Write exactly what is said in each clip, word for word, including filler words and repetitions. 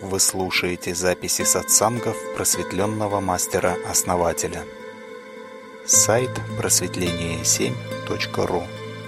Вы слушаете записи сатсангов просветленного мастера-основателя. Сайт просветление семь точка ру.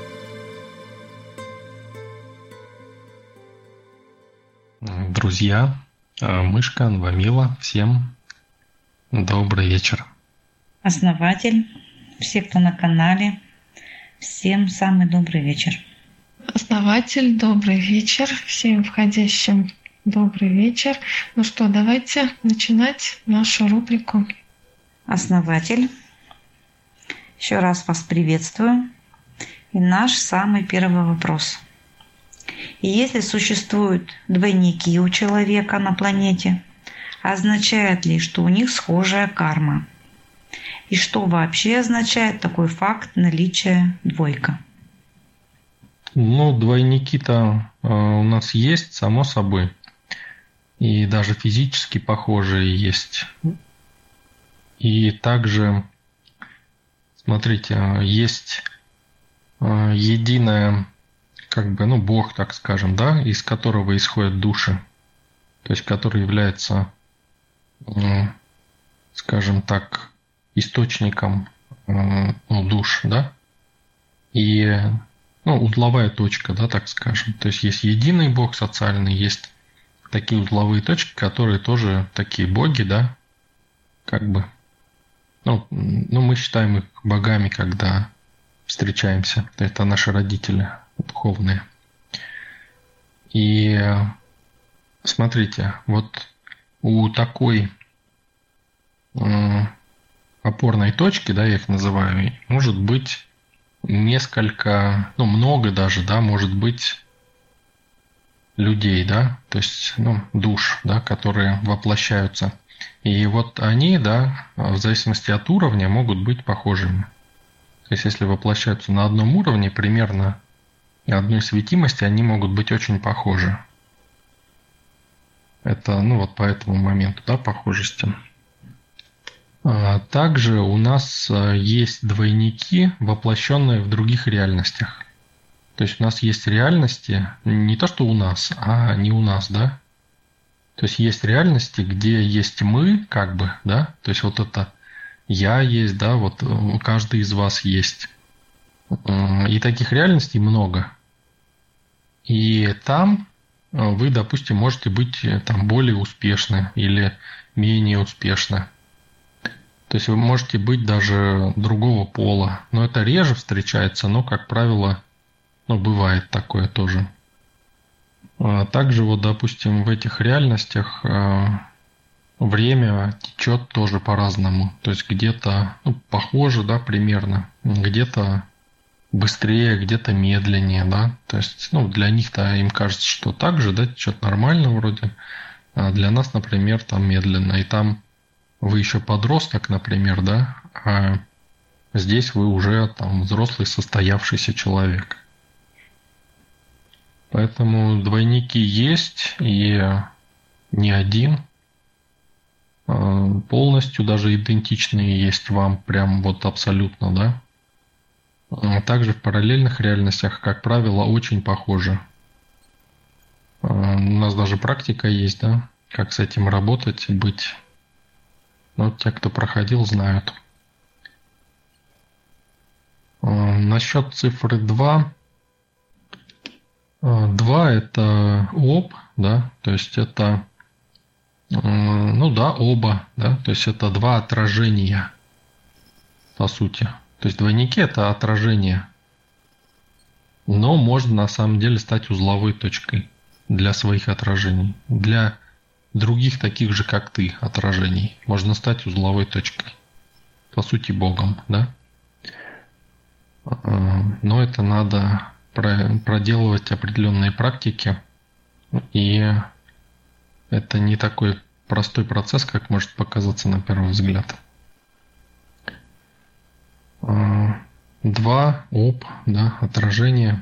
Друзья, Мышка, Анвамила, всем добрый вечер. Основатель, все, кто на канале, всем самый добрый вечер. Основатель, добрый вечер. Всем входящим добрый вечер. Ну что, давайте начинать нашу рубрику. Основатель, еще раз вас приветствую. И наш самый первый вопрос. И если существуют двойники у человека на планете, означает ли, что у них схожая карма? И что вообще означает такой факт наличия двойка? Ну, двойники-то э, у нас есть, само собой. И даже физически похожие есть. И также, смотрите, есть э, единое, как бы, ну, Бог, так скажем, да, из которого исходят души. То есть, который является, э, скажем так, источником э, ну, душ, да. И ну, узловая точка, да, так скажем. То есть есть единый Бог социальный, есть такие узловые точки, которые тоже такие боги, да, как бы. Ну, ну мы считаем их богами, когда встречаемся. Это наши родители духовные. И смотрите, вот у такой э, опорной точки, да, я их называю, может быть несколько, ну, много даже, да, может быть, людей, да, то есть, ну, душ, да, которые воплощаются. И вот они, да, в зависимости от уровня могут быть похожими. То есть, если воплощаются на одном уровне, примерно одной светимости, они могут быть очень похожи. Это, ну, вот по этому моменту, да, похожести. Также у нас есть двойники, воплощенные в других реальностях. То есть у нас есть реальности, не то что у нас, а не у нас, да. То есть есть реальности, где есть мы, как бы, да. То есть вот это я есть, да, вот каждый из вас есть. И таких реальностей много. И там вы, допустим, можете быть там более успешны или менее успешны. То есть вы можете быть даже другого пола. Но это реже встречается, но, как правило, ну, бывает такое тоже. Также вот, допустим, в этих реальностях время течет тоже по-разному. То есть где-то, ну, похоже, да, примерно, где-то быстрее, где-то медленнее, да. То есть, ну, для них-то им кажется, что так же, да, течет нормально вроде. А для нас, например, там медленно. И там вы еще подросток, например, да, а здесь вы уже там взрослый состоявшийся человек. Поэтому двойники есть, и не один. Полностью даже идентичные есть вам, прям вот абсолютно, да. А также в параллельных реальностях, как правило, очень похожи. У нас даже практика есть, да, как с этим работать и быть. Но те, кто проходил, знают. Насчет цифры два. два это об, да, то есть это, ну да, оба, да, то есть это два отражения, по сути. То есть двойники это отражение. Но можно на самом деле стать узловой точкой для своих отражений. Для других таких же, как ты, отражений. Можно стать узловой точкой. По сути, Богом, да? Но это надо проделывать определенные практики. И это не такой простой процесс, как может показаться на первый взгляд. Два, об, да, отражение.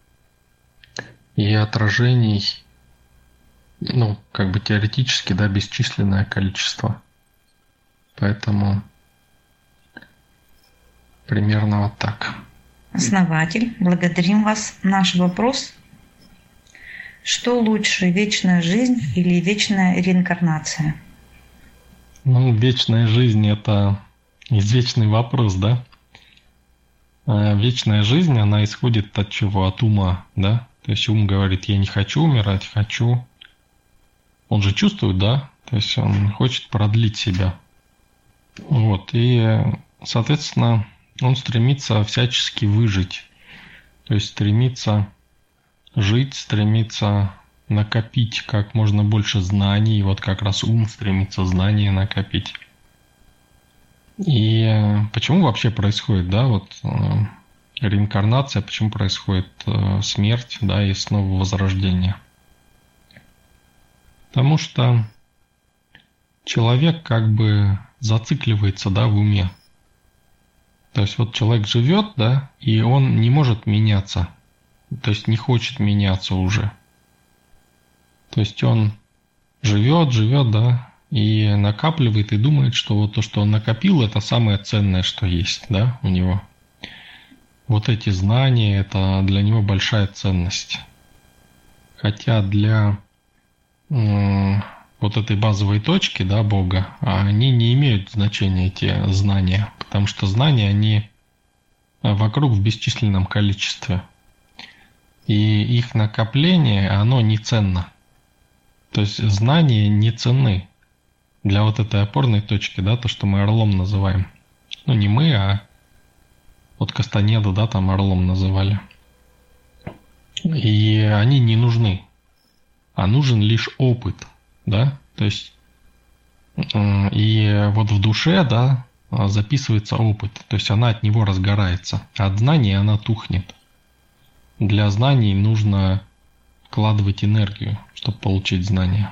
И отражений, ну, как бы теоретически, да, бесчисленное количество. Поэтому примерно вот так. Основатель, благодарим вас. Наш вопрос. Что лучше, вечная жизнь или вечная реинкарнация? Ну, вечная жизнь – это извечный вопрос, да? А вечная жизнь, она исходит от чего? От ума, да? То есть ум говорит, я не хочу умирать, хочу. Он же чувствует, да? То есть он хочет продлить себя. Вот, и, соответственно, он стремится всячески выжить. То есть стремится жить, стремится накопить как можно больше знаний. Вот как раз ум стремится знания накопить. И почему вообще происходит, да, вот реинкарнация, почему происходит смерть, да, и снова возрождение? Потому что человек как бы зацикливается, да, в уме. То есть вот человек живет, да, и он не может меняться. То есть не хочет меняться уже. То есть он живет, живет, да, и накапливает, и думает, что вот то, что он накопил, это самое ценное, что есть, да, у него. Вот эти знания, это для него большая ценность. Хотя для э, вот этой базовой точки, да, Бога, они не имеют значения, эти знания, потому что знания, они вокруг в бесчисленном количестве. И их накопление, оно не ценно. То есть знания не ценны для вот этой опорной точки, да, то, что мы орлом называем. Ну, не мы, а вот Кастанеду, да, там орлом называли. И они не нужны. А нужен лишь опыт, да, то есть и вот в душе, да, записывается опыт, то есть она от него разгорается. От знаний она тухнет. Для знаний нужно вкладывать энергию, чтобы получить знания.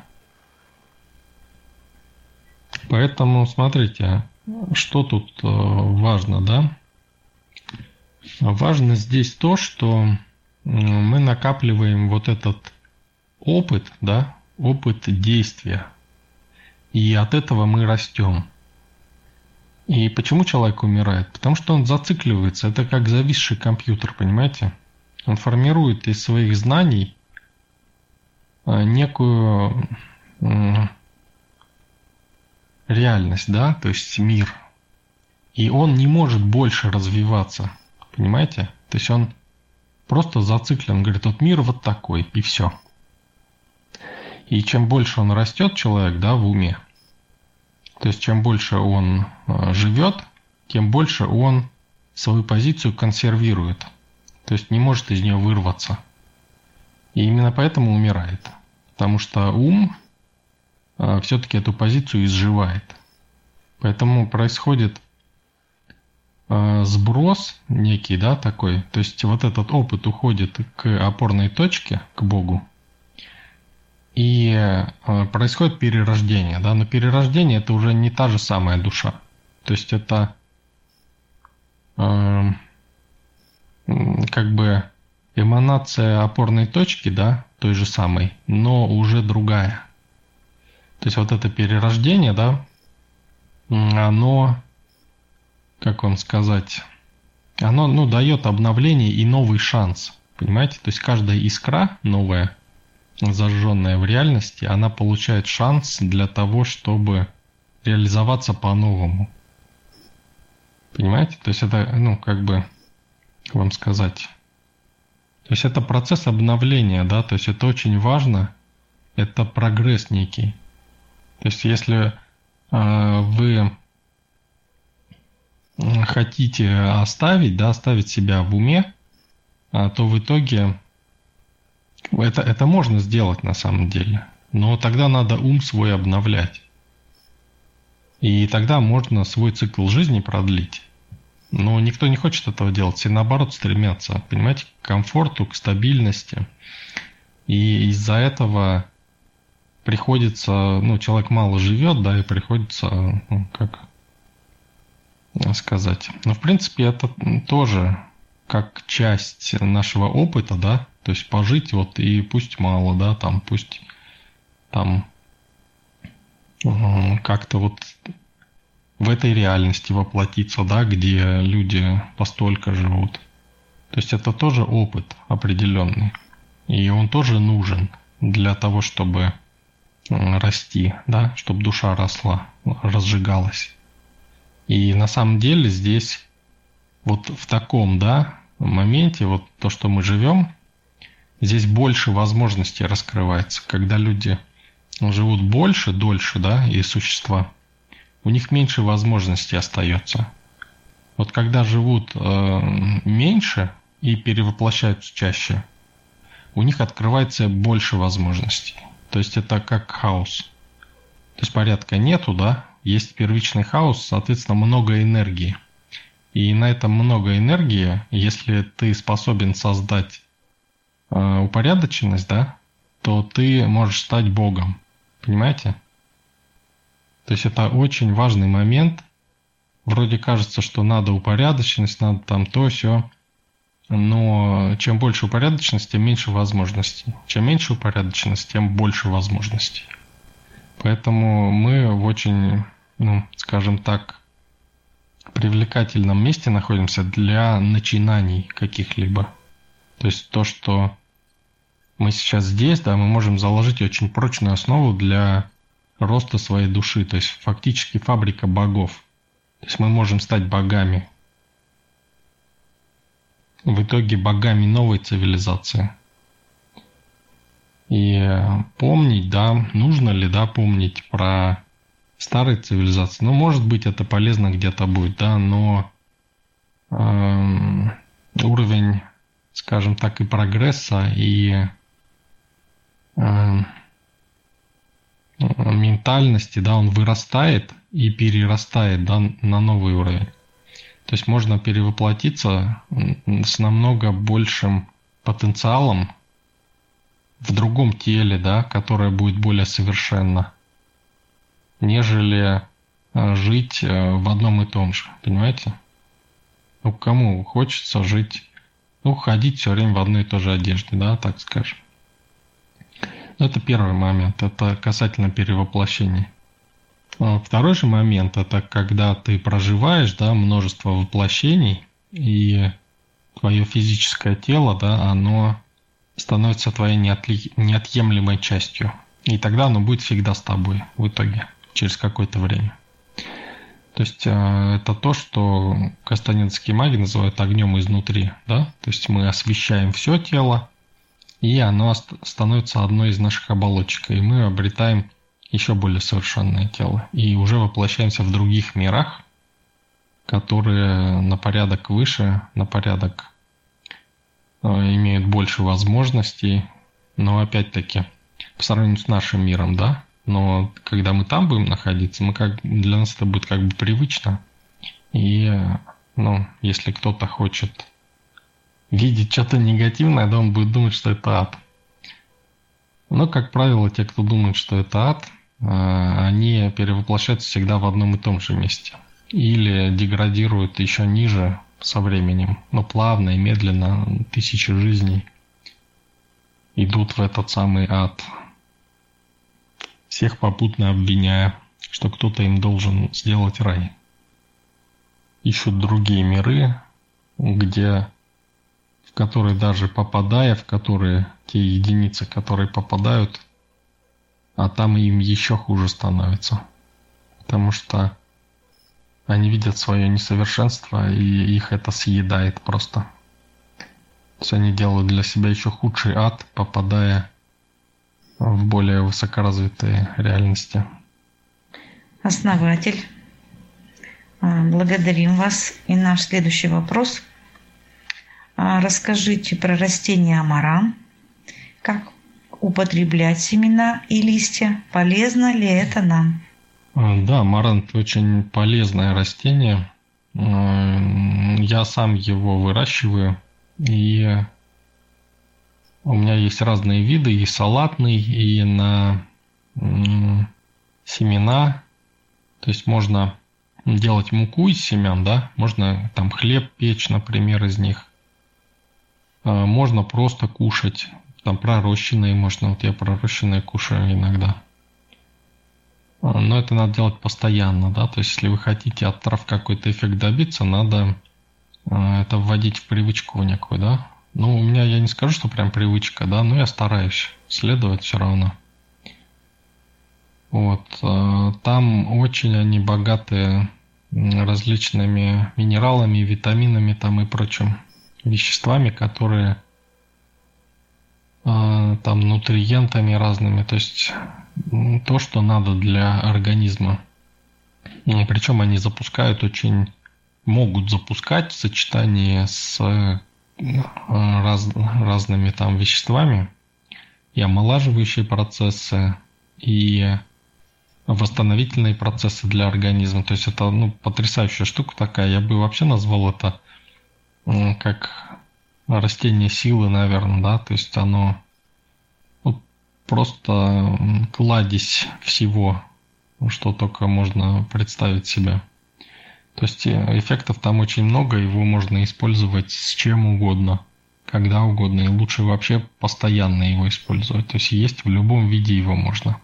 Поэтому смотрите, что тут важно, да? Важно здесь то, что мы накапливаем вот этот опыт, да, опыт действия. И от этого мы растем. И почему человек умирает? Потому что он зацикливается. Это как зависший компьютер, понимаете? Он формирует из своих знаний некую реальность, да, то есть мир. И он не может больше развиваться, понимаете? То есть он просто зациклен, говорит, вот мир вот такой, и все. И чем больше он растет, человек, да, в уме, то есть чем больше он живет, тем больше он свою позицию консервирует. То есть не может из нее вырваться. И именно поэтому умирает. Потому что ум э, все-таки эту позицию изживает. Поэтому происходит э, сброс некий, да, такой. То есть вот этот опыт уходит к опорной точке, к Богу. И э, происходит перерождение. Да? Но перерождение это уже не та же самая душа. То есть это э, как бы эманация опорной точки, да, той же самой, но уже другая. То есть вот это перерождение, да, оно, как вам сказать, оно, ну, дает обновление и новый шанс, понимаете? То есть каждая искра новая, зажженная в реальности, она получает шанс для того, чтобы реализоваться по-новому. Понимаете? То есть это, ну, как бы, как вам сказать... То есть это процесс обновления, да, то есть это очень важно, это прогресс некий. То есть если э, вы хотите оставить, да, оставить себя в уме, э, то в итоге это, это можно сделать на самом деле, но тогда надо ум свой обновлять. И тогда можно свой цикл жизни продлить. Но никто не хочет этого делать, все наоборот стремятся, понимаете, к комфорту, к стабильности. И из-за этого приходится, ну, человек мало живет, да, и приходится, ну, как сказать. Но в принципе это тоже как часть нашего опыта, да, то есть пожить вот и пусть мало, да, там пусть там как-то вот в этой реальности воплотиться, да, где люди постолько живут. То есть это тоже опыт определенный. И он тоже нужен. для того, чтобы расти, да, чтобы душа росла, разжигалась. И на самом деле здесь вот в таком, да, моменте, вот то, что мы живем, здесь больше возможностей раскрывается. Когда люди живут больше, дольше, да, и существа, у них меньше возможностей остается. Вот когда живут э, меньше и перевоплощаются чаще, у них открывается больше возможностей. То есть это как хаос. То есть порядка нету, да, есть первичный хаос, соответственно, много энергии. И на этом много энергии, если ты способен создать э, упорядоченность, да, то ты можешь стать Богом. Понимаете? То есть это очень важный момент. Вроде кажется, что надо упорядоченность, надо там то, сё. Но чем больше упорядоченности, тем меньше возможностей. Чем меньше упорядоченности, тем больше возможностей. Поэтому мы в очень, ну, скажем так, привлекательном месте находимся для начинаний каких-либо. То есть то, что мы сейчас здесь, да, мы можем заложить очень прочную основу для роста своей души. То есть фактически фабрика богов. То есть мы можем стать богами. В итоге богами новой цивилизации. И помнить, да, нужно ли, да, помнить про старые цивилизации. Ну, может быть, это полезно где-то будет, да, но э, уровень, скажем так, и прогресса, и э, ментальности, да, он вырастает и перерастает, да, на новый уровень. То есть можно перевоплотиться с намного большим потенциалом в другом теле, да, которое будет более совершенно, нежели жить в одном и том же, понимаете? Ну, кому хочется жить, ну, ходить все время в одной и той же одежде, да, так скажем. Это первый момент, это касательно перевоплощений. Второй же момент, это когда ты проживаешь, да, множество воплощений, и твое физическое тело, да, оно становится твоей неотли... неотъемлемой частью. И тогда оно будет всегда с тобой в итоге, через какое-то время. То есть это то, что кастанинские маги называют огнем изнутри, да, то есть мы освещаем все тело, и оно становится одной из наших оболочек, и мы обретаем еще более совершенное тело. И уже воплощаемся в других мирах, которые на порядок выше, на порядок э, имеют больше возможностей. Но опять-таки, по сравнению с нашим миром, да, но когда мы там будем находиться, мы как, для нас это будет как бы привычно. И, ну, если кто-то хочет видеть что-то негативное, да, он будет думать, что это ад. Но, как правило, те, кто думает, что это ад, они перевоплощаются всегда в одном и том же месте. Или деградируют еще ниже со временем. Но плавно и медленно, тысячи жизней идут в этот самый ад. Всех попутно обвиняя, что кто-то им должен сделать рай. Ищут другие миры, где, в которые даже попадая, в которые те единицы, которые попадают, а там им еще хуже становится. Потому что они видят свое несовершенство, и их это съедает просто. То есть они делают для себя еще худший ад, попадая в более высокоразвитые реальности. Основатель, благодарим вас. И наш следующий вопрос. Расскажите про растение амаран. Как употреблять семена и листья? Полезно ли это нам? Да, амарант очень полезное растение. Я сам его выращиваю. И у меня есть разные виды, и салатный, и на семена. То есть можно делать муку из семян, да? Можно там хлеб печь, например, из них. Можно просто кушать. Там пророщенные можно, вот я пророщенные кушаю иногда. Но это надо делать постоянно, да, то есть если вы хотите от трав какой-то эффект добиться, надо это вводить в привычку некую, да, Ну, у меня, я не скажу, что прям привычка, да, но я стараюсь следовать все равно. Вот. Там очень они богаты различными минералами, витаминами там и прочим веществами, которые там нутриентами разными, то есть то, что надо для организма. И причем они запускают очень, могут запускать в сочетании с раз, разными там веществами и омолаживающие процессы, и восстановительные процессы для организма. То есть это, ну, потрясающая штука такая. Я бы вообще назвал это как растение силы, наверное, да. То есть оно, ну, просто кладезь всего, что только можно представить себе. То есть эффектов там очень много, его можно использовать с чем угодно, когда угодно, и лучше вообще постоянно его использовать. То есть есть в любом виде его можно.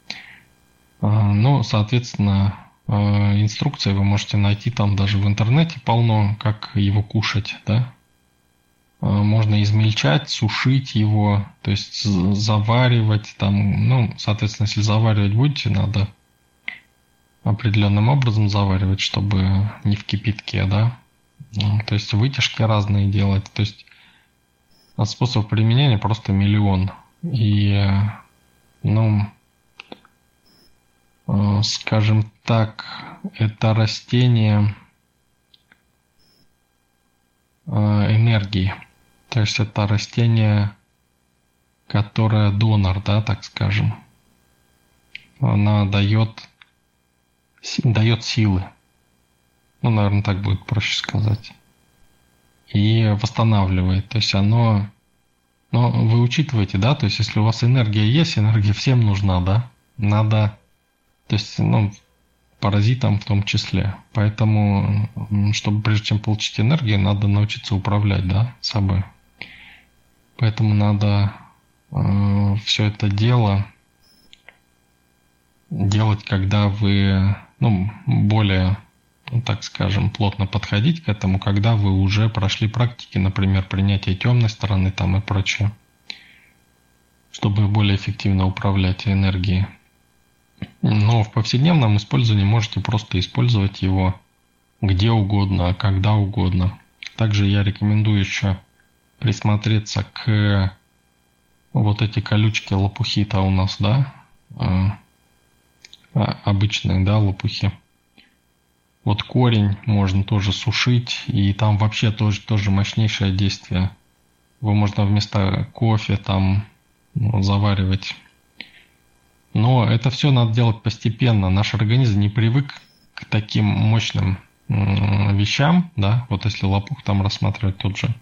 Ну, соответственно, инструкции вы можете найти там даже в интернете полно, как его кушать, да. Можно измельчать, сушить его, то есть заваривать там, ну, соответственно, если заваривать будете, надо определенным образом заваривать, чтобы не в кипятке, да. То есть вытяжки разные делать, то есть способов применения просто миллион. И, ну, скажем так, это растение энергии. То есть это растение, которое донор, да, так скажем. Она дает, дает силы. Ну, наверное, так будет проще сказать. И восстанавливает. То есть оно... Но вы учитываете, да, то есть если у вас энергия есть, энергия всем нужна, да, надо... То есть, ну, паразитам в том числе. Поэтому, чтобы прежде чем получить энергию, надо научиться управлять, да, собой. Поэтому надо э, все это дело делать, когда вы, ну, более, ну, так скажем, плотно подходить к этому, когда вы уже прошли практики, например, принятия темной стороны там и прочее, чтобы более эффективно управлять энергией. Но в повседневном использовании можете просто использовать его где угодно, когда угодно. Также я рекомендую еще присмотреться к вот эти колючки лопухи-то у нас, да, обычные, да, лопухи. Вот корень можно тоже сушить, и там вообще тоже, тоже мощнейшее действие. Его можно вместо кофе там, ну, заваривать. Но это все надо делать постепенно. Наш организм не привык к таким мощным вещам, да, вот если лопух там рассматривать тот же.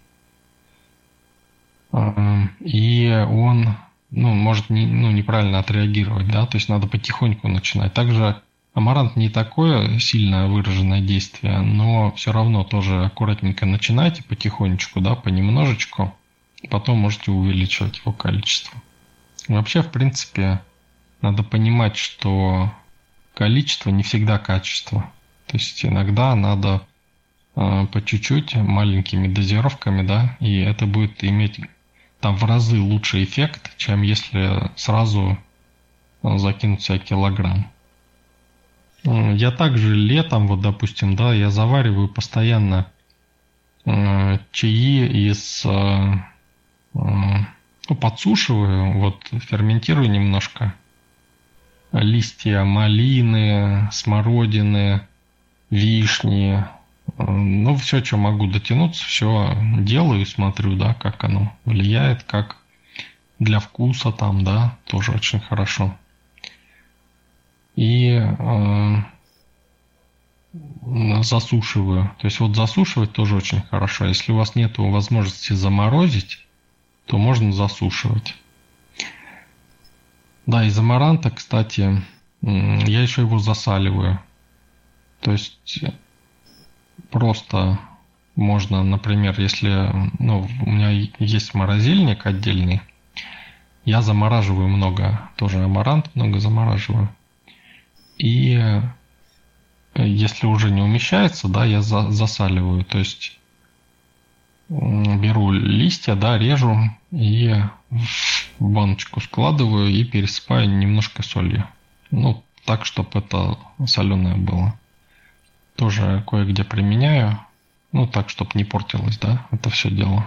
И он, ну, может не, ну, неправильно отреагировать, да, то есть надо потихоньку начинать. Также амарант не такое сильно выраженное действие, но все равно тоже аккуратненько начинайте потихонечку, да, понемножечку, потом можете увеличивать его количество. Вообще, в принципе, надо понимать, что количество не всегда качество. То есть иногда надо э, по чуть-чуть, маленькими дозировками, да, и это будет иметь там в разы лучший эффект, чем если сразу закинуть себе килограмм. Я также летом, вот допустим, да, я завариваю постоянно э, чаи из, э, э, ну, подсушиваю, вот ферментирую немножко листья малины, смородины, вишни, ну, все, что могу дотянуться, все делаю, смотрю, да, как оно влияет, как для вкуса там, да, тоже очень хорошо. И э, засушиваю. То есть вот засушивать тоже очень хорошо. Если у вас нет возможности заморозить, то можно засушивать. Да, из амаранта, кстати, я еще его засаливаю. То есть просто можно, например, если, ну, у меня есть морозильник отдельный, я замораживаю много, тоже амарант много замораживаю. И если уже не умещается, да, я за, засаливаю. То есть беру листья, да, режу и в баночку складываю и пересыпаю немножко солью. Ну, так, чтобы это соленое было. Тоже кое-где применяю. Ну, так, чтобы не портилось, да, это все дело.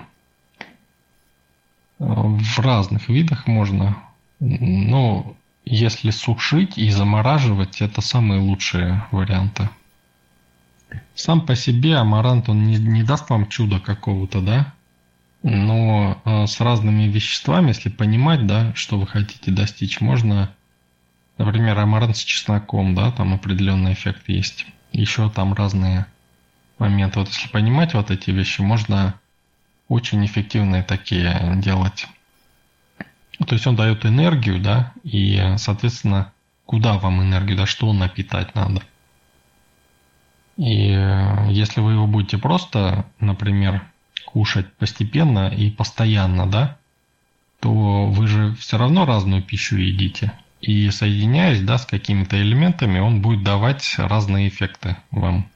В разных видах можно. Но если сушить и замораживать, это самые лучшие варианты. Сам по себе амарант, он не, не даст вам чуда какого-то, да? Но э, с разными веществами, если понимать, да, что вы хотите достичь, можно, например, амарант с чесноком, да, там определенный эффект есть. Еще там разные моменты. Вот если понимать вот эти вещи, можно очень эффективные такие делать. То есть он дает энергию, да, и, соответственно, куда вам энергию, да, что напитать надо. И если вы его будете просто, например, кушать постепенно и постоянно, да, то вы же все равно разную пищу едите. И соединяясь, да, с какими-то элементами, он будет давать разные эффекты вам.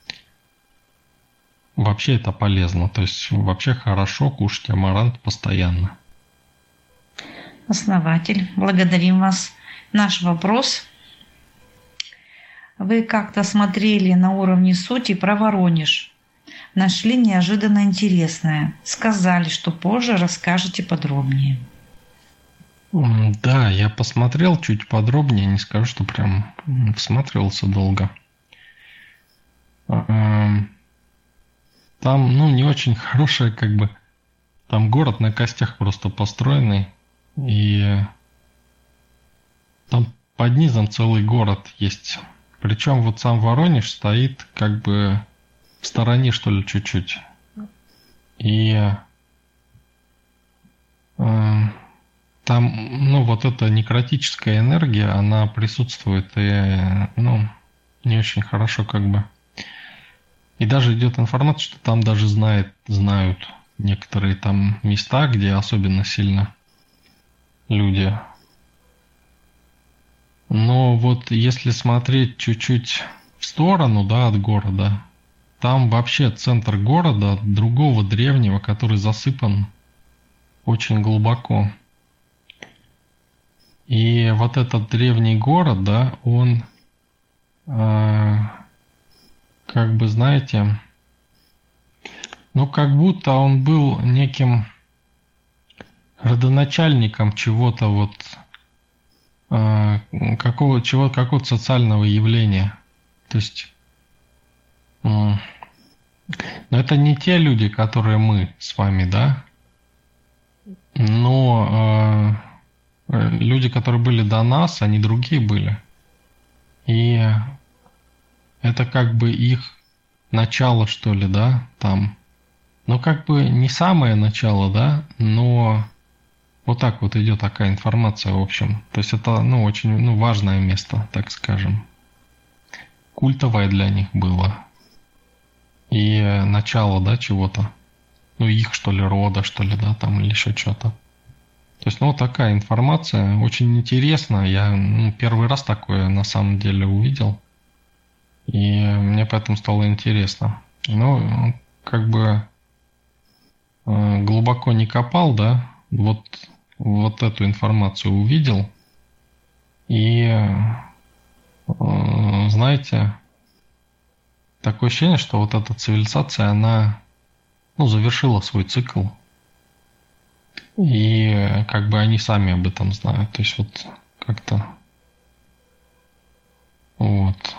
Вообще это полезно. То есть вообще хорошо кушать амарант постоянно. Основатель, благодарим вас. Наш вопрос. Вы как-то смотрели на уровне сути про Воронеж. Нашли неожиданно интересное. Сказали, что позже расскажете подробнее. Да, я посмотрел чуть подробнее. Не скажу, что прям всматривался долго. Там, ну, не очень хорошая, как бы... Там город на костях просто построенный. И там под низом целый город есть. Причем вот сам Воронеж стоит как бы в стороне, что ли, чуть-чуть. И э, там, ну, вот эта некротическая энергия, она присутствует и, ну, не очень хорошо как бы. И даже идет информация, что там даже знает, знают некоторые там места, где особенно сильно люди. Но вот если смотреть чуть-чуть в сторону, да, от города, там вообще центр города другого древнего, который засыпан очень глубоко. И вот этот древний город, да, он э, как бы, знаете, ну как будто он был неким родоначальником чего-то вот какого чего какого-то социального явления. То есть, но это не те люди, которые мы с вами, да, но э, люди, которые были до нас, они другие были. И это как бы их начало, что ли, да, там. Но как бы не самое начало, да, но вот так вот идет такая информация, в общем. То есть это, ну, очень, ну, важное место, так скажем. Культовое для них было. И начало, да, чего-то. Ну, их, что ли, рода, что ли, да, там, или еще что-то. То есть, ну, вот такая информация. Очень интересно. Я, ну, первый раз такое, на самом деле, увидел. И мне поэтому стало интересно. Ну, как бы глубоко не копал, да, вот вот эту информацию увидел, и, знаете, такое ощущение, что вот эта цивилизация, она, ну, завершила свой цикл, и как бы они сами об этом знают, то есть вот как-то вот.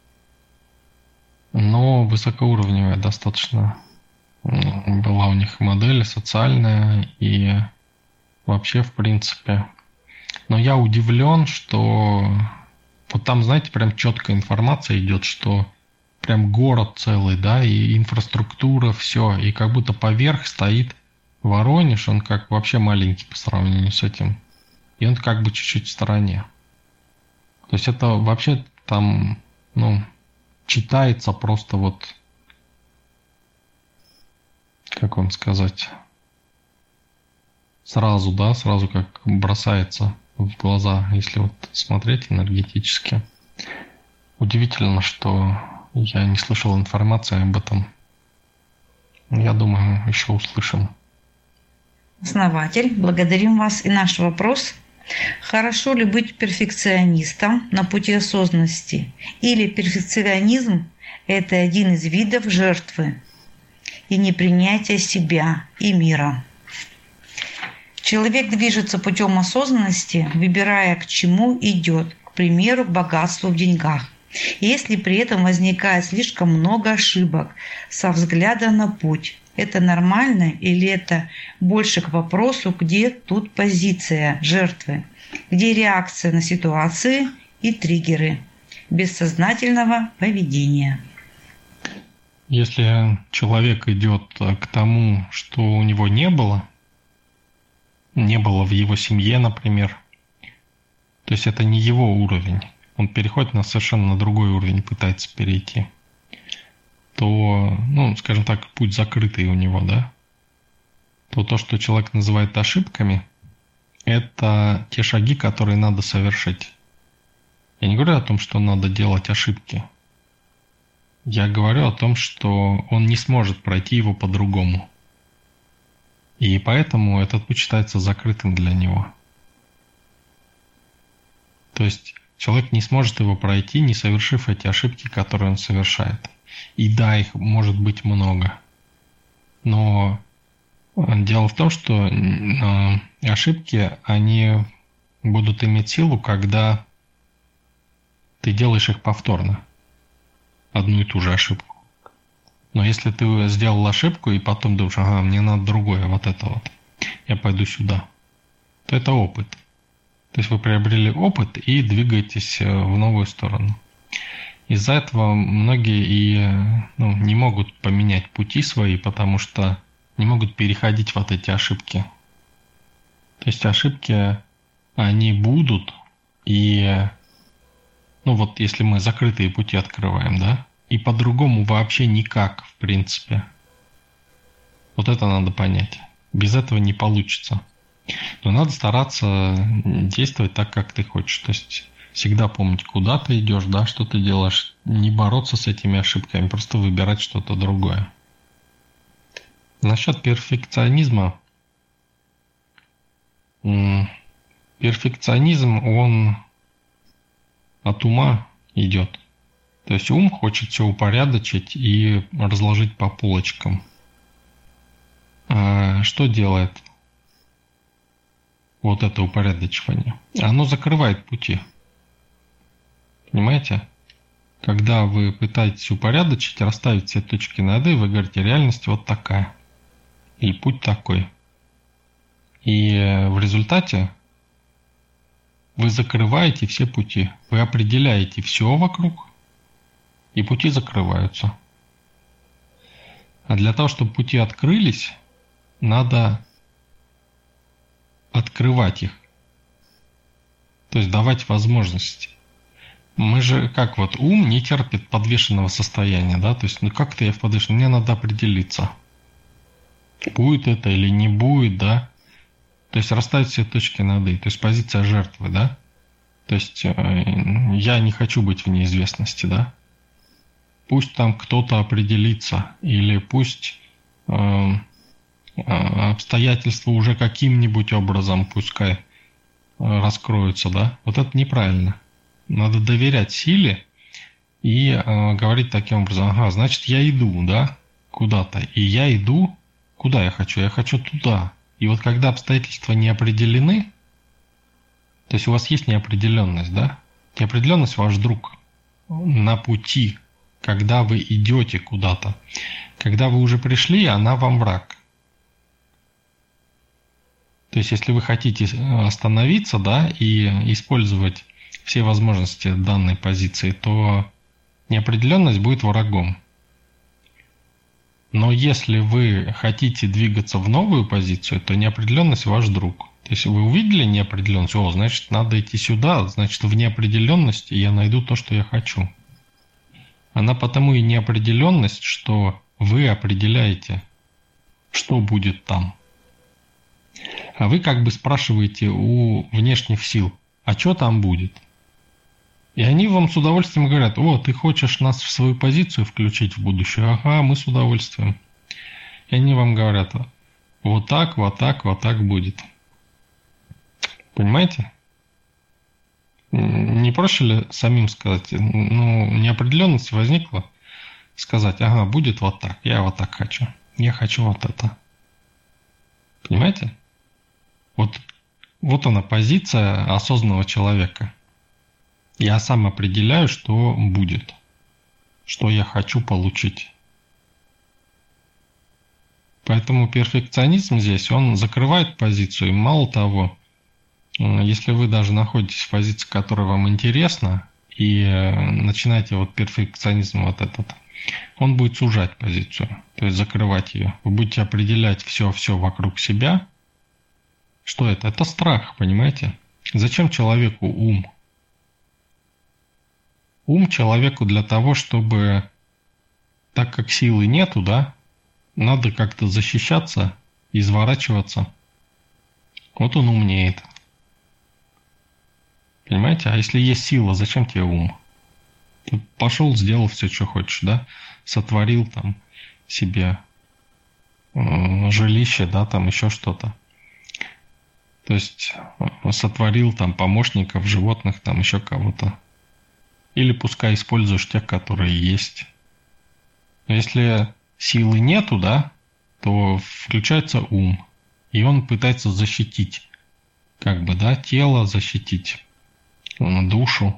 Но высокоуровневая достаточно была у них модель социальная и вообще, в принципе. Но я удивлен, что вот там, знаете, прям четкая информация идет, что прям город целый, да, и инфраструктура, все, и как будто поверх стоит Воронеж, он как вообще маленький по сравнению с этим, и он как бы чуть-чуть в стороне. То есть это вообще там, ну, читается просто вот, как вам сказать, сразу, да, сразу как бросается в глаза, если вот смотреть энергетически. Удивительно, что я не слышал информации об этом. Я думаю, еще услышим. Основатель, благодарим вас. И наш вопрос. Хорошо ли быть перфекционистом на пути осознанности? Или перфекционизм – это один из видов жертвы и непринятия себя и мира? Человек движется путем осознанности, выбирая, к чему идет, к примеру, к богатству в деньгах. Если при этом возникает слишком много ошибок со взгляда на путь, это нормально или это больше к вопросу, где тут позиция жертвы, где реакция на ситуации и триггеры бессознательного поведения? Если человек идет к тому, что у него не было, не было в его семье, например, то есть это не его уровень, он переходит на совершенно другой уровень, пытается перейти, то, ну, скажем так, путь закрытый у него, да, то то, что человек называет ошибками, это те шаги, которые надо совершить. Я не говорю о том, что надо делать ошибки. Я говорю о том, что он не сможет пройти его по-другому. И поэтому этот путь считается закрытым для него. То есть человек не сможет его пройти, не совершив эти ошибки, которые он совершает. И да, их может быть много. Но дело в том, что ошибки, они будут иметь силу, когда ты делаешь их повторно. Одну и ту же ошибку. Но если ты сделал ошибку и потом думаешь, ага, мне надо другое, вот это вот, я пойду сюда, то это опыт. То есть вы приобрели опыт и двигаетесь в новую сторону. Из-за этого многие и ну, не могут поменять пути свои, потому что не могут переходить вот эти ошибки. То есть ошибки, они будут, и ну вот если мы закрытые пути открываем, да, и по-другому вообще никак, в принципе. Вот это надо понять. Без этого не получится. Но надо стараться действовать так, как ты хочешь. То есть всегда помнить, куда ты идешь, да, что ты делаешь. Не бороться с этими ошибками, просто выбирать что-то другое. Насчет перфекционизма. Перфекционизм, он от ума идет. То есть ум хочет все упорядочить и разложить по полочкам. А что делает вот это упорядочивание? Оно закрывает пути. Понимаете? Когда вы пытаетесь упорядочить, расставить все точки над «и», вы говорите, реальность вот такая. Или путь такой. И в результате вы закрываете все пути. Вы определяете все вокруг, и пути закрываются. А для того, чтобы пути открылись, надо открывать их. То есть давать возможности. Мы же, как вот ум не терпит подвешенного состояния, да? То есть, ну как-то я в подвешенном, мне надо определиться. Будет это или не будет, да? То есть расставить все точки над «и». То есть позиция жертвы, да? То есть э, я не хочу быть в неизвестности, да? Пусть там кто-то определится, или пусть э, обстоятельства уже каким-нибудь образом пускай раскроются, да? Вот это неправильно. Надо доверять силе и э, говорить таким образом, ага, значит я иду, да, куда-то. И я иду, куда я хочу? Я хочу туда. И вот когда обстоятельства не определены, то есть у вас есть неопределенность, да? Неопределенность ваш друг на пути, когда вы идете куда-то. Когда вы уже пришли, она вам враг. То есть если вы хотите остановиться, да, и использовать все возможности данной позиции, то неопределенность будет врагом. Но если вы хотите двигаться в новую позицию, то неопределенность ваш друг. То есть вы увидели неопределенность, о, значит, надо идти сюда, значит, в неопределенности я найду то, что я хочу. Она потому и неопределенность, что вы определяете, что будет там. А вы как бы спрашиваете у внешних сил, а что там будет? И они вам с удовольствием говорят, о, ты хочешь нас в свою позицию включить в будущее? Ага, мы с удовольствием. И они вам говорят, вот так, вот так, вот так будет. Понимаете? Не проще ли самим сказать, ну, неопределенность возникла, сказать, ага, будет вот так, я вот так хочу, я хочу вот это. Понимаете? Вот, вот она позиция осознанного человека. Я сам определяю, что будет, что я хочу получить. Поэтому перфекционизм здесь, он закрывает позицию. И мало того, если вы даже находитесь в позиции, которая вам интересна, и начинаете вот перфекционизм вот этот, он будет сужать позицию, то есть закрывать ее. Вы будете определять все-все вокруг себя. Что это? Это страх, понимаете? Зачем человеку ум? Ум человеку для того, чтобы, так как силы нету, да, надо как-то защищаться, изворачиваться. Вот он умнеет. Понимаете? А если есть сила, зачем тебе ум? Ты пошел, сделал все, что хочешь, да? Сотворил там себе э, жилище, да, там еще что-то. То есть сотворил там помощников, животных, там еще кого-то. Или пускай используешь тех, которые есть. Но если силы нету, да, то включается ум. И он пытается защитить, как бы, да, тело защитить, душу.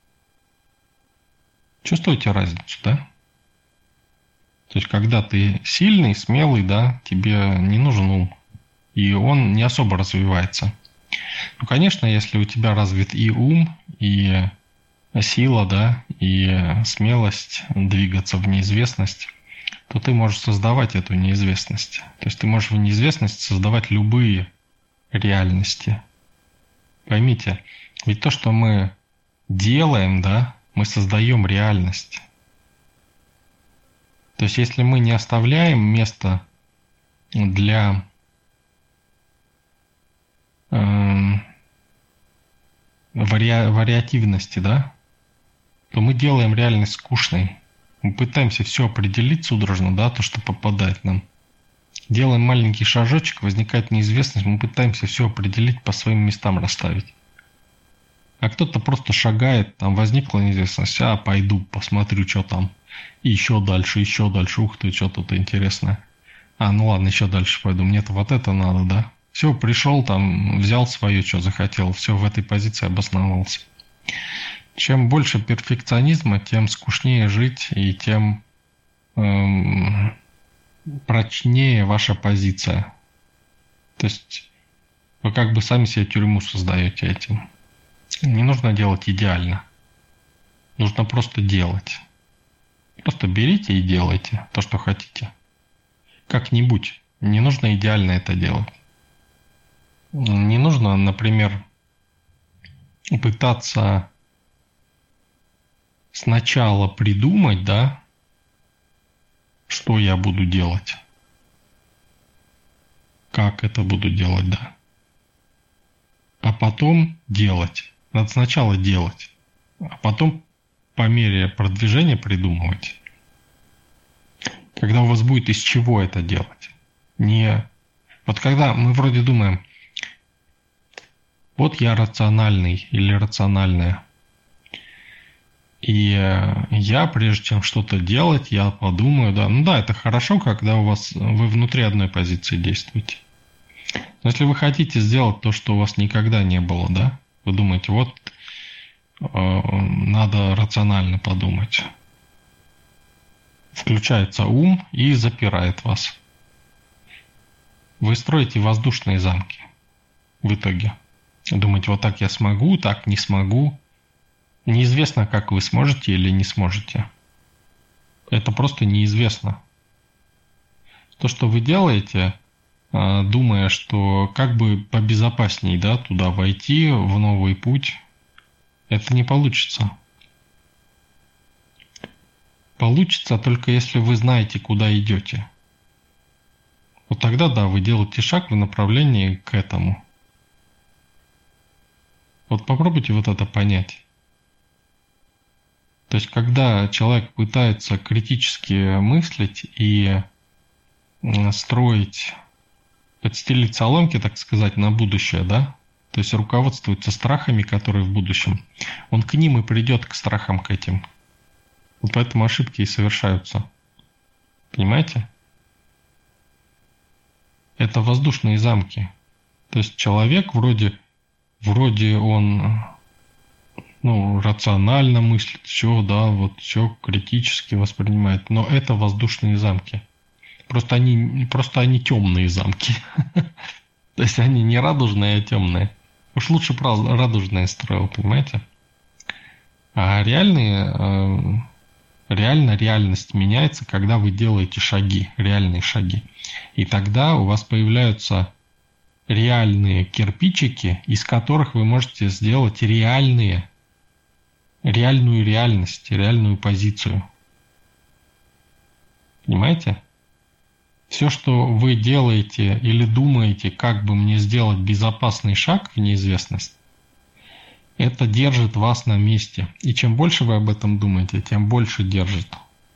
Чувствуете разницу, да? То есть, когда ты сильный, смелый, да, тебе не нужен ум. И он не особо развивается. Ну, конечно, если у тебя развит и ум, и сила, да, и смелость двигаться в неизвестность, то ты можешь создавать эту неизвестность. То есть ты можешь в неизвестности создавать любые реальности. Поймите, ведь то, что мы делаем, да, мы создаем реальность. То есть если мы не оставляем места для э, вари, вариативности, да, то мы делаем реальность скучной. Мы пытаемся все определить судорожно, да, то, что попадает нам. Делаем маленький шажочек, возникает неизвестность, мы пытаемся все определить, по своим местам расставить. А кто-то просто шагает, там возникла неизвестность, а пойду, посмотрю, что там. И еще дальше, еще дальше, ух ты, что тут интересное. А, ну ладно, еще дальше пойду, мне-то вот это надо, да. Все, пришел там, взял свое, что захотел, все, в этой позиции обосновался. Чем больше перфекционизма, тем скучнее жить и тем эм, прочнее ваша позиция. То есть вы как бы сами себе тюрьму создаете этим. Не нужно делать идеально. Нужно просто делать. Просто берите и делайте то, что хотите. Как-нибудь. Не нужно идеально это делать. Не нужно, например, пытаться сначала придумать, да, что я буду делать. Как это буду делать, да. А потом делать. Надо сначала делать, а потом по мере продвижения придумывать. Когда у вас будет из чего это делать. Не... Вот когда мы вроде думаем, вот я рациональный или рациональная. И я, прежде чем что-то делать, я подумаю, да, ну да, это хорошо, когда у вас вы внутри одной позиции действуете. Но если вы хотите сделать то, что у вас никогда не было, да, вы думаете, вот э, надо рационально подумать. Включается ум и запирает вас. Вы строите воздушные замки в итоге. Думаете, вот так я смогу, так не смогу. Неизвестно, как вы сможете или не сможете. Это просто неизвестно. То, что вы делаете, думая, что как бы побезопасней, да, туда войти, в новый путь, это не получится. Получится только если вы знаете, куда идете. Вот тогда, да, вы делаете шаг в направлении к этому. Вот попробуйте вот это понять. То есть, когда человек пытается критически мыслить и строить, подстелить соломки, так сказать, на будущее, да, то есть руководствуется страхами, которые в будущем, он к ним и придет, к страхам, к этим. Вот поэтому ошибки и совершаются. Понимаете? Это воздушные замки. То есть человек вроде, вроде он, ну, рационально мыслит, все, да, вот все критически воспринимает, но это воздушные замки. Просто они, просто они темные замки. То есть они не радужные, а темные. Уж лучше радужные строил, понимаете? А реальные, реально реальность меняется, когда вы делаете шаги, реальные шаги. И тогда у вас появляются реальные кирпичики, из которых вы можете сделать реальные, реальную реальность, реальную позицию. Понимаете? Все, что вы делаете или думаете, как бы мне сделать безопасный шаг в неизвестность, это держит вас на месте. И чем больше вы об этом думаете, тем больше держит.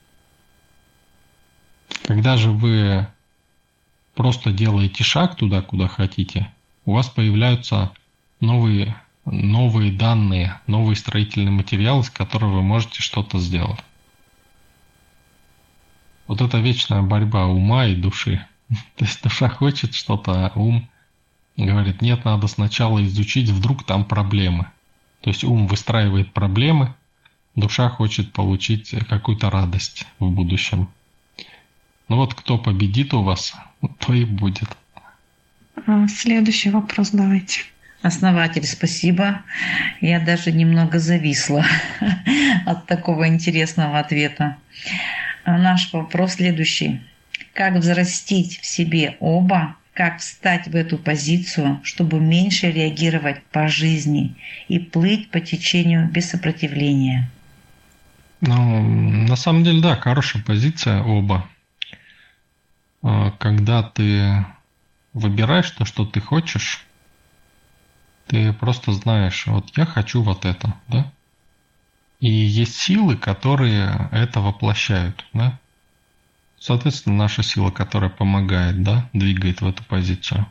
Когда же вы просто делаете шаг туда, куда хотите, у вас появляются новые, новые данные, новый строительный материал, из которого вы можете что-то сделать. Вот это вечная борьба ума и души. То есть душа хочет что-то, а ум говорит, нет, надо сначала изучить, вдруг там проблемы. То есть ум выстраивает проблемы, душа хочет получить какую-то радость в будущем. Ну вот кто победит у вас, то и будет. Следующий вопрос давайте. Основатель, спасибо. Я даже немного зависла от такого интересного ответа. Наш вопрос следующий. Как взрастить в себе оба, как встать в эту позицию, чтобы меньше реагировать по жизни и плыть по течению без сопротивления? Ну, на самом деле, да, хорошая позиция оба. Когда ты выбираешь то, что ты хочешь, ты просто знаешь, вот я хочу вот это, да? И есть силы, которые это воплощают, да? Соответственно, наша сила, которая помогает, да, двигает в эту позицию.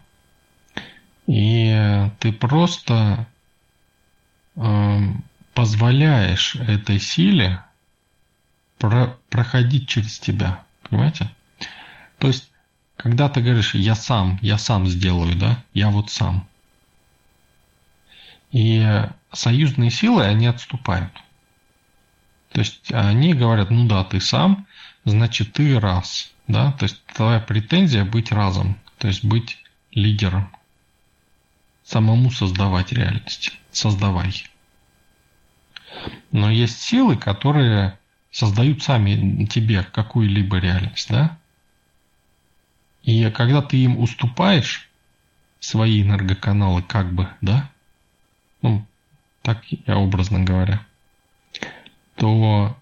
И ты просто э, позволяешь этой силе про- проходить через тебя, понимаете? То есть, когда ты говоришь, я сам, я сам сделаю, да, я вот сам. И союзные силы, они отступают. То есть они говорят, ну да, ты сам, значит ты раз, да, то есть твоя претензия быть разом, то есть быть лидером, самому создавать реальность, создавай. Но есть силы, которые создают сами тебе какую-либо реальность, да, и когда ты им уступаешь свои энергоканалы, как бы, да, ну, так я образно говоря, то,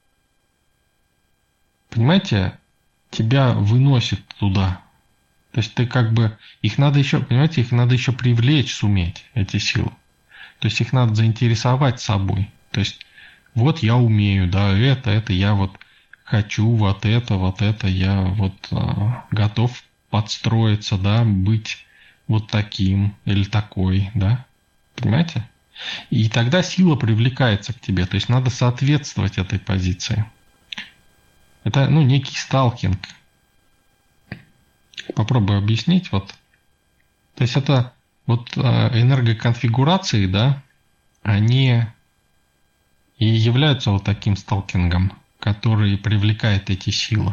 понимаете, тебя выносит туда. То есть ты как бы, их надо еще, понимаете, их надо еще привлечь, суметь, эти силы. То есть их надо заинтересовать собой. То есть вот я умею, да, это, это я вот хочу, вот это, вот это, я вот а, готов подстроиться, да, быть вот таким или такой, да, понимаете? И тогда сила привлекается к тебе, то есть надо соответствовать этой позиции. Это, ну, некий сталкинг. Попробую объяснить. Вот. То есть это вот энергоконфигурации, да, они и являются вот таким сталкингом, который привлекает эти силы.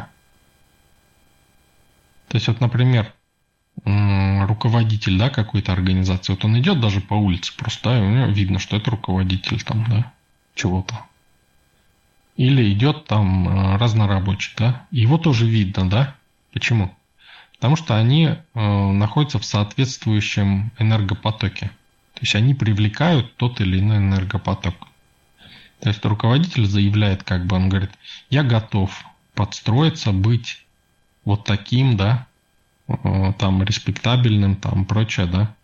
То есть вот, например, руководитель, да, какой-то организации, вот он идет даже по улице просто, да, и у него видно, что это руководитель там, да, чего-то. Или идет там разнорабочий, да, его тоже видно, да. Почему? Потому что они э, находятся в соответствующем энергопотоке. То есть они привлекают тот или иной энергопоток. То есть руководитель заявляет, как бы он говорит, я готов подстроиться, быть вот таким, да, там респектабельным, там прочее, да,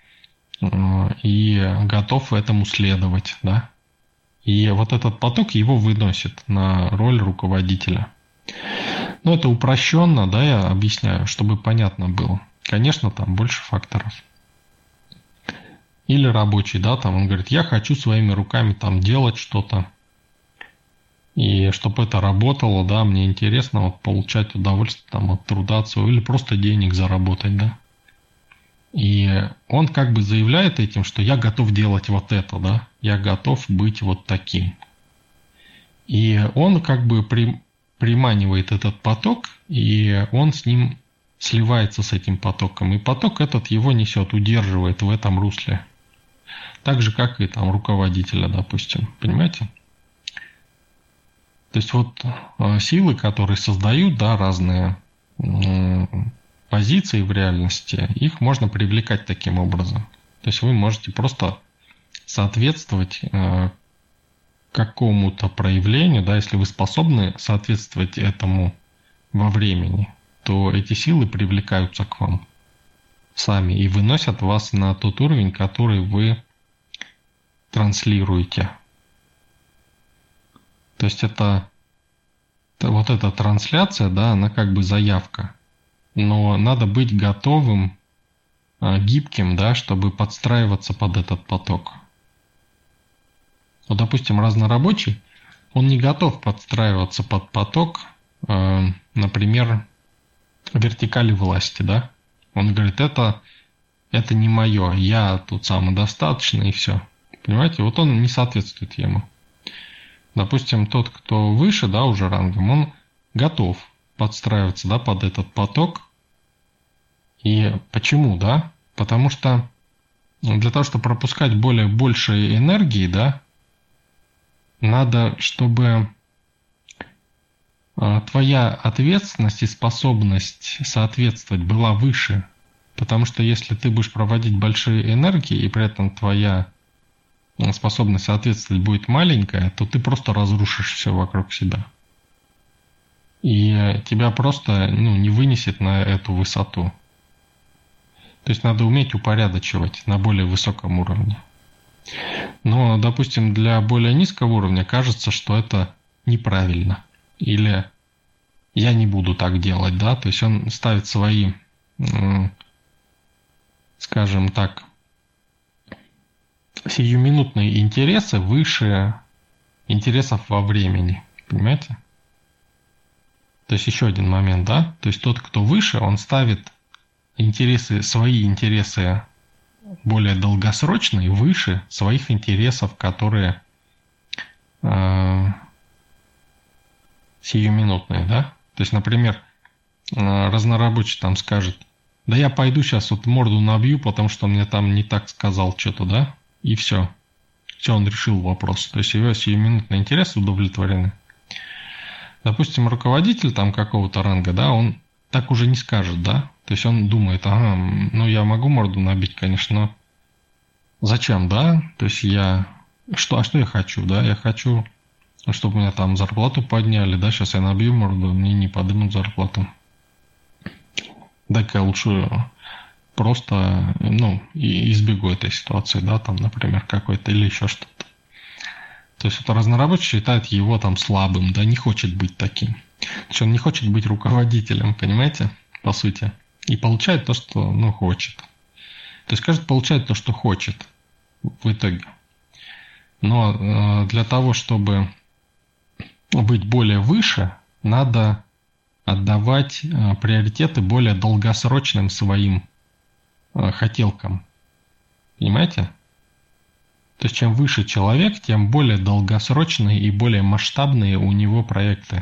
и готов этому следовать, да. И вот этот поток его выносит на роль руководителя. Ну, это упрощенно, да, я объясняю, чтобы понятно было. Конечно, там больше факторов. Или рабочий, да, там он говорит, я хочу своими руками там делать что-то. И чтобы это работало, да, мне интересно вот получать удовольствие там от труда своего или просто денег заработать, да. И он как бы заявляет этим, что я готов делать вот это, да, я готов быть вот таким. И он как бы при, приманивает этот поток, и он с ним сливается с этим потоком. И поток этот его несет, удерживает в этом русле. Так же, как и там руководителя, допустим. Понимаете? То есть вот силы, которые создают, да, разные позиции в реальности, их можно привлекать таким образом. То есть вы можете просто соответствовать какому-то проявлению, да, если вы способны соответствовать этому во времени, то эти силы привлекаются к вам сами и выносят вас на тот уровень, который вы транслируете. То есть это, это вот эта трансляция, да, она как бы заявка, но надо быть готовым, гибким, да, чтобы подстраиваться под этот поток. Вот, допустим, разнорабочий, он не готов подстраиваться под поток, э, например, вертикали власти, да. Он говорит, это, это не мое, я тут самодостаточный и все. Понимаете, вот он не соответствует ему. Допустим, тот, кто выше, да, уже рангом, он готов подстраиваться, да, под этот поток. И почему, да? Потому что для того, чтобы пропускать более большей энергии, да, надо, чтобы твоя ответственность и способность соответствовать была выше. Потому что если ты будешь проводить большие энергии, и при этом твоя способность соответствовать будет маленькая, то ты просто разрушишь все вокруг себя. И тебя просто, ну, не вынесет на эту высоту. То есть надо уметь упорядочивать на более высоком уровне. Но, допустим, для более низкого уровня кажется, что это неправильно. Или я не буду так делать, да. То есть он ставит свои, скажем так, сиюминутные интересы выше интересов во времени. Понимаете? То есть еще один момент, да. То есть тот, кто выше, он ставит интересы, свои интересы более долгосрочные, выше своих интересов, которые э, сиюминутные, да? То есть, например, э, разнорабочий там скажет, да я пойду сейчас вот морду набью, потому что мне там не так сказал что-то, да? И все. Все, он решил вопрос. То есть, его сиюминутные интересы удовлетворены. Допустим, руководитель там какого-то ранга, да, он так уже не скажет, да? То есть он думает, ага, ну я могу морду набить, конечно, но зачем, да? То есть я, что, а что я хочу, да? Я хочу, чтобы меня там зарплату подняли, да? Сейчас я набью морду, мне не поднимут зарплату. Так я лучше просто, ну, избегу этой ситуации, да, там, например, какой-то или еще что-то. То есть это разнорабочий считает его там слабым, да, не хочет быть таким. То есть он не хочет быть руководителем, понимаете, по сути. И получает то, что, ну, хочет. То есть каждый получает то, что хочет в итоге. Но э, для того, чтобы быть более выше, надо отдавать э, приоритеты более долгосрочным своим э, хотелкам. Понимаете? То есть чем выше человек, тем более долгосрочные и более масштабные у него проекты.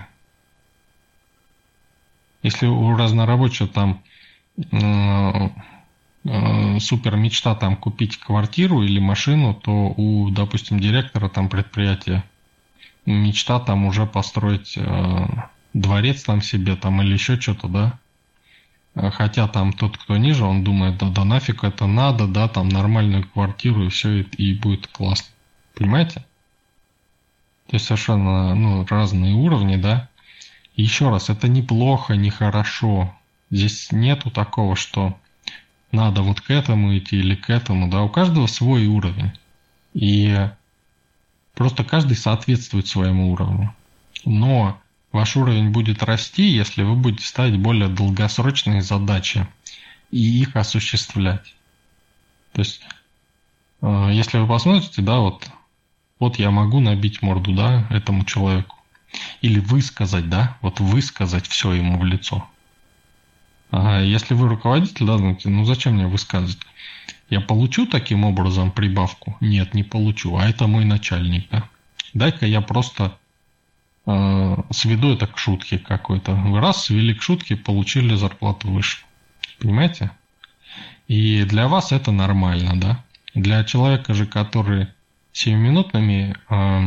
Если у разнорабочего там э, э, супер мечта там купить квартиру или машину, то у, допустим, директора там предприятия мечта там уже построить э, дворец там себе там или еще что-то, да. Хотя там тот, кто ниже, он думает, да, да нафиг это надо, да, там нормальную квартиру и все, и, и будет классно. Понимаете? То есть совершенно, ну, разные уровни, да. Еще раз, это неплохо, нехорошо. Здесь нету такого, что надо вот к этому идти или к этому, да. У каждого свой уровень. И просто каждый соответствует своему уровню. Но ваш уровень будет расти, если вы будете ставить более долгосрочные задачи и их осуществлять. То есть, если вы посмотрите, да, вот, вот я могу набить морду, да, этому человеку. Или высказать, да, вот высказать все ему в лицо. А если вы руководитель, да, знаете, ну зачем мне высказывать? Я получу таким образом прибавку? Нет, не получу. А это мой начальник, да. Дай-ка я просто э, сведу это к шутке какой-то. Вы раз свели к шутке, получили зарплату выше. Понимаете? И для вас это нормально, да. Для человека же, который семиминутными э,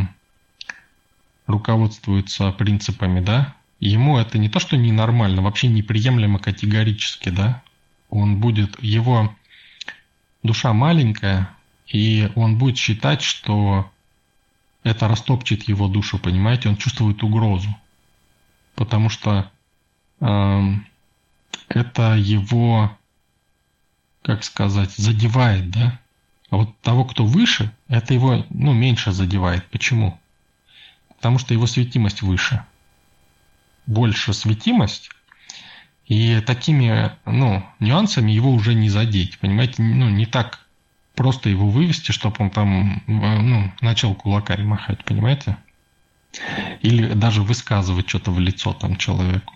руководствуется принципами, да, ему это не то, что ненормально, вообще неприемлемо категорически, да. Он будет, его душа маленькая, и он будет считать, что это растопчет его душу, понимаете, он чувствует угрозу. Потому что э, это его, как сказать, задевает, да. А вот того, кто выше, это его, ну, меньше задевает. Почему? Потому что его светимость выше. Больше светимость. И такими, ну, нюансами его уже не задеть. Понимаете, ну, не так просто его вывести, чтобы он там, ну, начал кулаками махать, понимаете? Или даже высказывать что-то в лицо там человеку.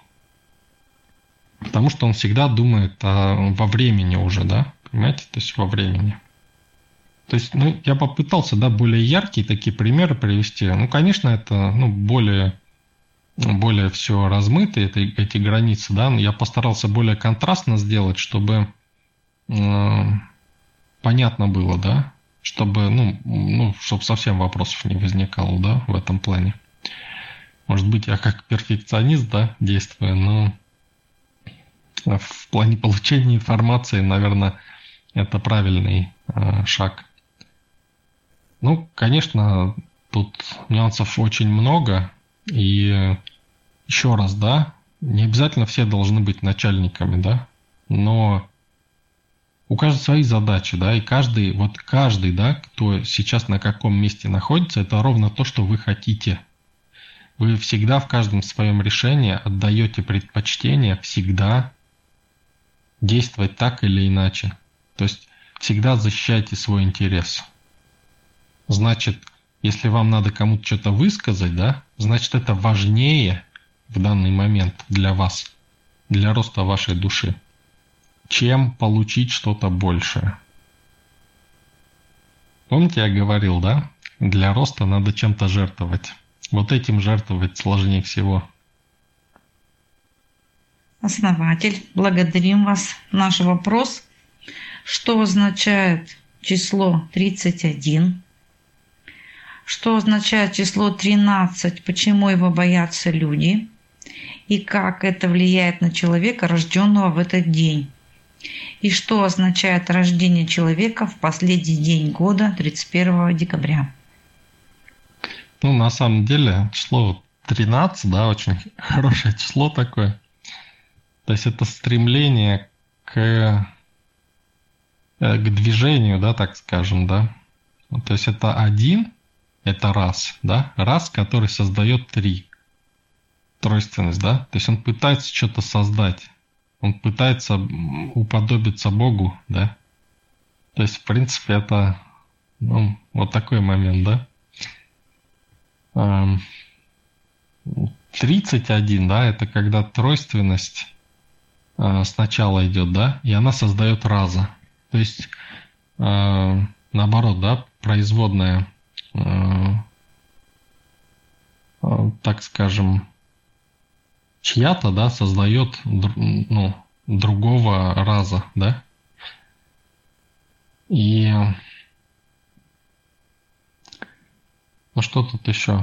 Потому что он всегда думает о, во времени уже, да? Понимаете? То есть во времени. То есть, ну, я попытался, да, более яркие такие примеры привести. Ну, конечно, это, ну, более, более все размыто, это, эти границы, да. Но я постарался более контрастно сделать, чтобы э, понятно было, да, чтобы, ну, ну, чтобы совсем вопросов не возникало, да, в этом плане. Может быть, я как перфекционист, да, действую, но в плане получения информации, наверное, это правильный э, шаг. Ну, конечно, тут нюансов очень много, и еще раз, да, не обязательно все должны быть начальниками, да, но у каждого свои задачи, да, и каждый, вот каждый, да, кто сейчас на каком месте находится, это ровно то, что вы хотите. Вы всегда в каждом своем решении отдаете предпочтение всегда действовать так или иначе. То есть всегда защищайте свой интерес. Значит, если вам надо кому-то что-то высказать, да, значит, это важнее в данный момент для вас, для роста вашей души, чем получить что-то большее. Помните, я говорил, да, для роста надо чем-то жертвовать. Вот этим жертвовать сложнее всего. Основатель, благодарим вас. Наш вопрос: что означает число тридцать один? Что означает число тринадцать? Почему его боятся люди? И как это влияет на человека, рожденного в этот день? И что означает рождение человека в последний день года, тридцать первого декабря? Ну, на самом деле, число тринадцать, да, очень хорошее число такое. То есть это стремление к, к движению, да, так скажем, да. То есть это один, это раз, да, раз, который создает три. Тройственность, да. То есть он пытается что-то создать. Он пытается уподобиться Богу, да. То есть, в принципе, это, ну, вот такой момент, да. тридцать один, да, это когда тройственность сначала идет, да, и она создает раза. То есть, наоборот, да, производная, так скажем, чья-то, да, создает, ну, другого раза, да. И ну что тут еще?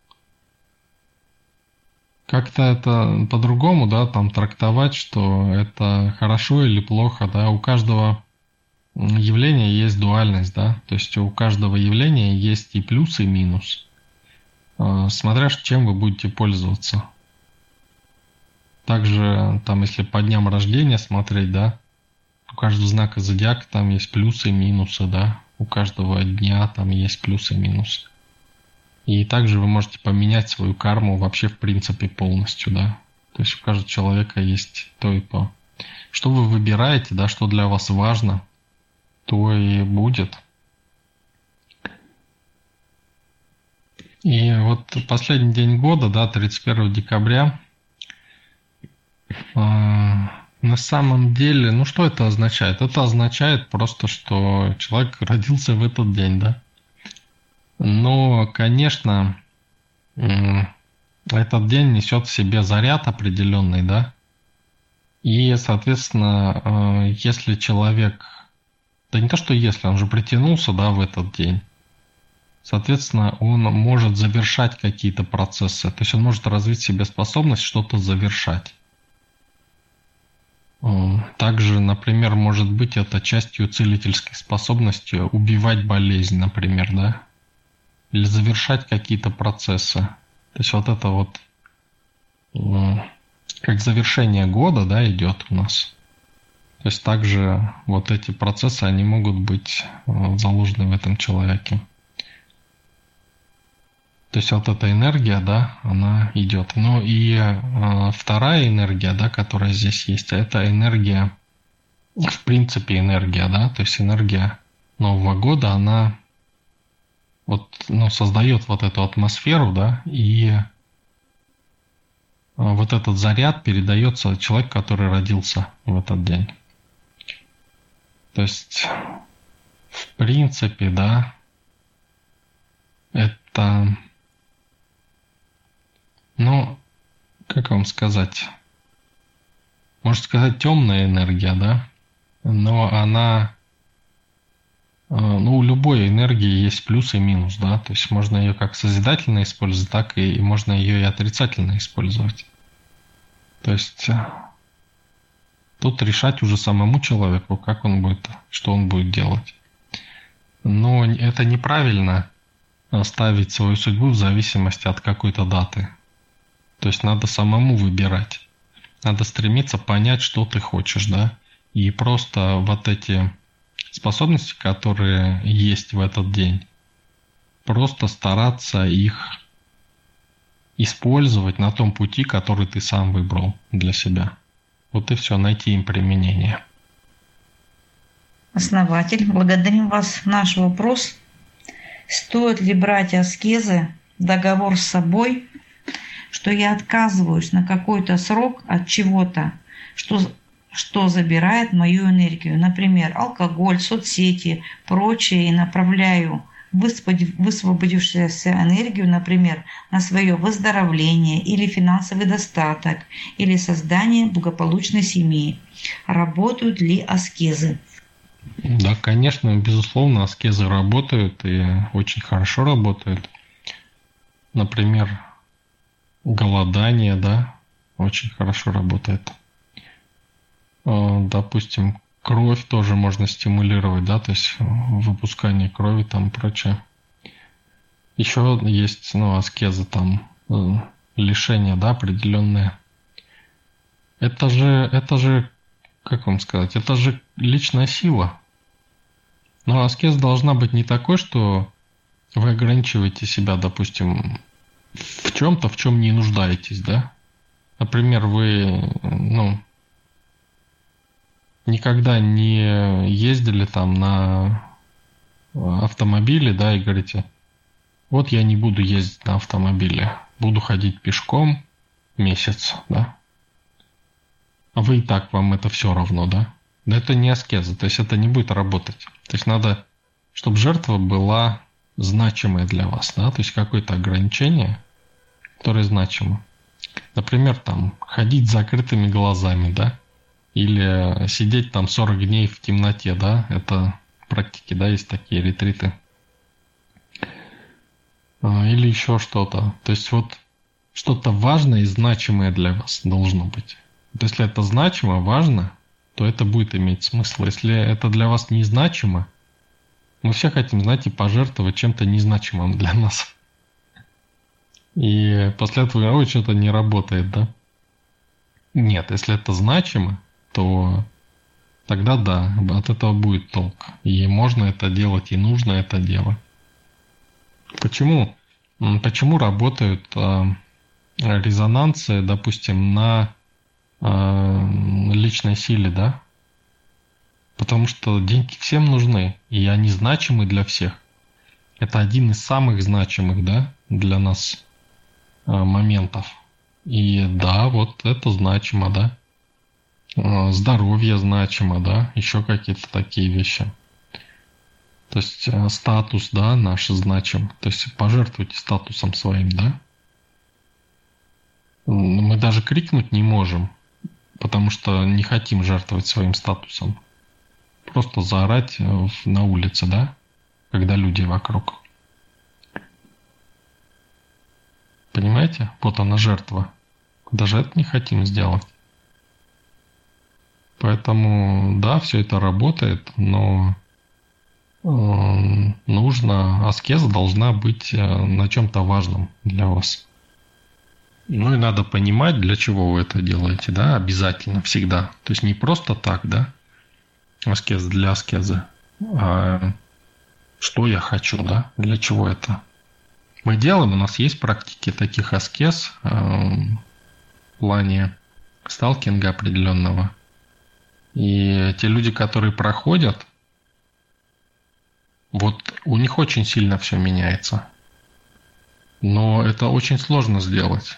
Как-то это по-другому, да, там трактовать, что это хорошо или плохо, да, у каждого явления есть дуальность, да, то есть у каждого явления есть и плюс, и минус, смотря чем вы будете пользоваться. Также, там, если по дням рождения смотреть, да, у каждого знака зодиака там есть плюсы и минусы, да, у каждого дня там есть плюсы и минусы. И также вы можете поменять свою карму вообще в принципе полностью, да. То есть у каждого человека есть то и то. Что вы выбираете, да, что для вас важно, то и будет. И вот последний день года, да, тридцать первого декабря, э, на самом деле, ну что это означает? Это означает просто, что человек родился в этот день, да. Но, конечно, э, этот день несет в себе заряд определенный, да. И, соответственно, э, если человек, да не то, что если, он же притянулся, да, в этот день, соответственно, он может завершать какие-то процессы. То есть он может развить в себе способность что-то завершать. Также, например, может быть это частью целительской способности убивать болезнь, например, да? Или завершать какие-то процессы. То есть вот это вот как завершение года, да, идет у нас. То есть также вот эти процессы, они могут быть заложены в этом человеке. То есть вот эта энергия, да, она идет. Ну и э, вторая энергия, да, которая здесь есть, это энергия, в принципе энергия, да, то есть энергия Нового года, она вот, ну, создает вот эту атмосферу, да, и э, вот этот заряд передается человеку, который родился в этот день. То есть, в принципе, да, это... Ну, как вам сказать? Можно сказать, темная энергия, да? Но она... Ну, у любой энергии есть плюс и минус, да? То есть можно ее как созидательно использовать, так и можно ее и отрицательно использовать. То есть тут решать уже самому человеку, как он будет, что он будет делать. Но это неправильно ставить свою судьбу в зависимости от какой-то даты. То есть надо самому выбирать. Надо стремиться понять, что ты хочешь, да. И просто вот эти способности, которые есть в этот день, просто стараться их использовать на том пути, который ты сам выбрал для себя. Вот и все, найти им применение. Основатель, благодарим вас. Наш вопрос. Стоит ли брать аскезы, договор с собой, что я отказываюсь на какой-то срок от чего-то, что, что забирает мою энергию, например, алкоголь, соцсети, прочее, и направляю высвободившуюся энергию, например, на свое выздоровление или финансовый достаток, или создание благополучной семьи. Работают ли аскезы? Да, конечно, безусловно, аскезы работают и очень хорошо работают. Например, голодание, да, очень хорошо работает. Допустим, кровь тоже можно стимулировать, да, то есть выпускание крови там и прочее. Еще есть, ну, аскезы там, лишения, да, определенные. Это же, это же, как вам сказать, это же личная сила. Но аскеза должна быть не такой, что вы ограничиваете себя, допустим, в чем-то, в чем не нуждаетесь, да? Например, вы, ну, никогда не ездили там на автомобиле, да, и говорите, вот я не буду ездить на автомобиле, буду ходить пешком месяц, да? А вы и так, вам это все равно, да? Да это не аскеза, то есть это не будет работать. То есть надо, чтобы жертва была значимая для вас, да, то есть какое-то ограничение, которое значимо. Например, там, ходить с закрытыми глазами, да, или сидеть там сорок дней в темноте, да, это практики, да, есть такие ретриты. Или еще что-то. То есть вот что-то важное и значимое для вас должно быть. Вот если это значимо, важно, то это будет иметь смысл. Если это для вас незначимо, мы все хотим, знаете, пожертвовать чем-то незначимым для нас. И после этого, ой, что-то не работает, да? Нет, если это значимо, то тогда да, от этого будет толк. И можно это делать, и нужно это делать. Почему почему работают резонансы, допустим, на личной силе, да? Потому что деньги всем нужны, и они значимы для всех. Это один из самых значимых, да, для нас моментов. И да, вот это значимо, да. Здоровье значимо, да, еще какие-то такие вещи. То есть статус, да, наш значим. То есть пожертвуйте статусом своим, да. Мы даже крикнуть не можем, потому что не хотим жертвовать своим статусом. Просто заорать на улице, да, когда люди вокруг. Понимаете? Вот она жертва. Даже это не хотим сделать. Поэтому, да, все это работает, но э, нужно, аскеза должна быть на чем-то важном для вас. Ну и надо понимать, для чего вы это делаете, да, обязательно, всегда. То есть не просто так, да, аскеза для аскезы, а что я хочу, да, для чего это. Мы делаем, у нас есть практики таких аскез э, в плане сталкинга определенного. И те люди, которые проходят, вот у них очень сильно все меняется. Но это очень сложно сделать.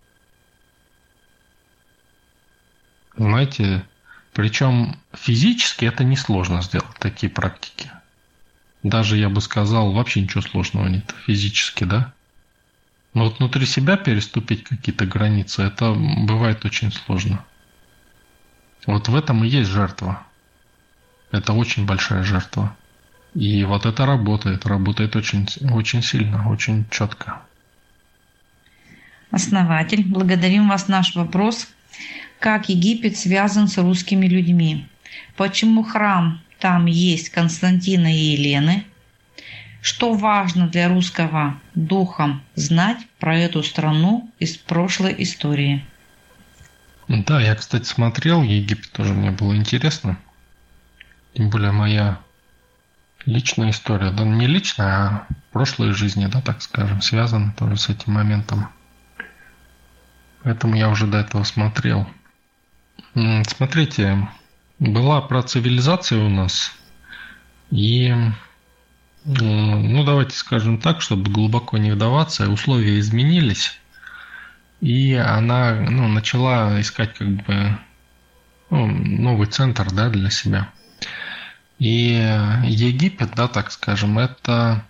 Знаете, причем физически это несложно сделать, такие практики. Даже, я бы сказал, вообще ничего сложного нет физически, да? Но вот внутри себя переступить какие-то границы, это бывает очень сложно. Вот в этом и есть жертва. Это очень большая жертва. И вот это работает, работает очень, очень сильно, очень четко. Основатель, благодарим вас. Наш вопрос. Как Египет связан с русскими людьми? Почему храм там есть Константина и Елены? Что важно для русского духом знать про эту страну из прошлой истории? Да, я, кстати, смотрел Египет, тоже мне было интересно. Тем более моя личная история, да, не личная, а прошлой жизни, да, так скажем, связана тоже с этим моментом. Поэтому я уже до этого смотрел. Смотрите, была про цивилизацию у нас, и, ну, давайте скажем так, чтобы глубоко не вдаваться, условия изменились, и она, ну, начала искать как бы, ну, новый центр, да, для себя. И Египет, да, так скажем, это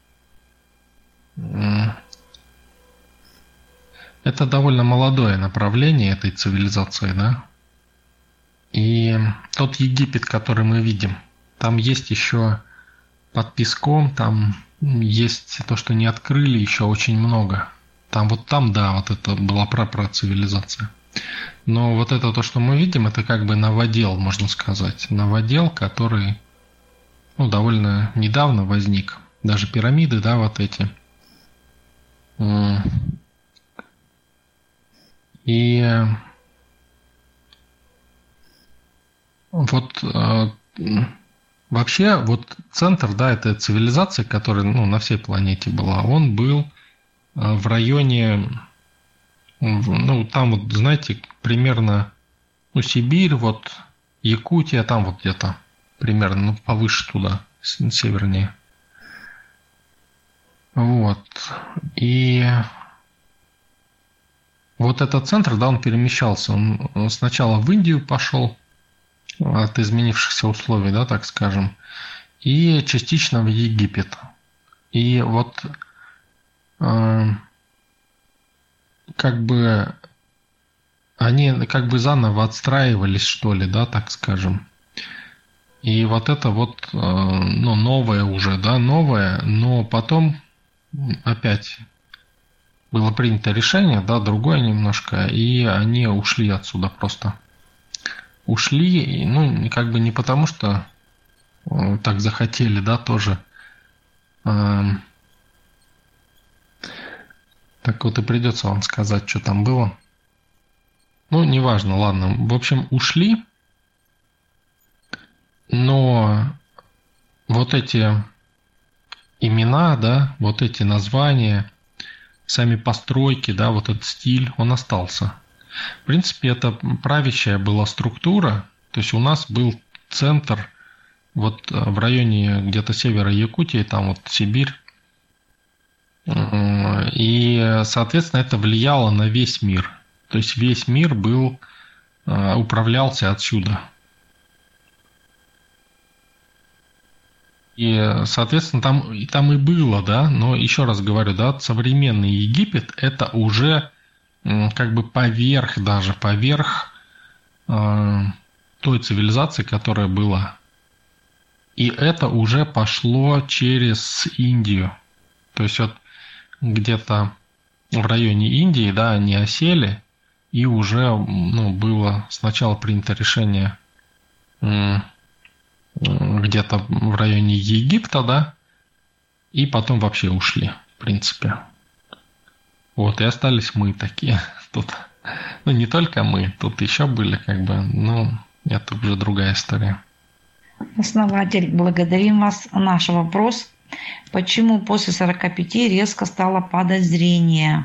это довольно молодое направление этой цивилизации, да. И тот Египет, который мы видим, там есть еще под песком, там есть то, что не открыли, еще очень много. Там вот там, да, вот это была прапрацивилизация. Но вот это то, что мы видим, это как бы новодел, можно сказать. Новодел, который, ну, довольно недавно возник. Даже пирамиды, да, вот эти. И вот вообще вот центр, да, этой цивилизации, которая, ну, на всей планете была, он был в районе, ну, там вот, знаете, примерно, ну, Сибирь, вот, Якутия, там вот где-то примерно, ну, повыше туда, севернее. Вот. И вот этот центр, да, он перемещался. Он сначала в Индию пошел от изменившихся условий, да, так скажем, и частично в Египет. И вот э, как бы они как бы заново отстраивались, что ли, да, так скажем. И вот это вот, э, ну, новое уже, да, новое, но потом опять было принято решение, да, другое немножко, и они ушли отсюда просто. Ушли, ну, как бы не потому, что так захотели, да, тоже. Так вот и придется вам сказать, что там было. Ну, неважно, ладно. В общем, ушли, но вот эти имена, да, вот эти названия, сами постройки, да, вот этот стиль, он остался. В принципе, это правящая была структура, то есть у нас был центр вот в районе где-то севера Якутии, там вот Сибирь, и, соответственно, это влияло на весь мир. То есть весь мир был, управлялся отсюда. И, соответственно, там, там и было, да, но еще раз говорю, да, современный Египет – это уже как бы поверх даже, поверх э, той цивилизации, которая была. И это уже пошло через Индию. То есть вот где-то в районе Индии, да, они осели, и уже, ну, было сначала принято решение э, где-то в районе Египта, да, и потом вообще ушли, в принципе. Вот, и остались мы такие тут. Ну, не только мы, тут еще были, как бы, ну, это уже другая история. Основатель, благодарим вас. Наш вопрос. Почему после сорока пяти резко стало падать зрение?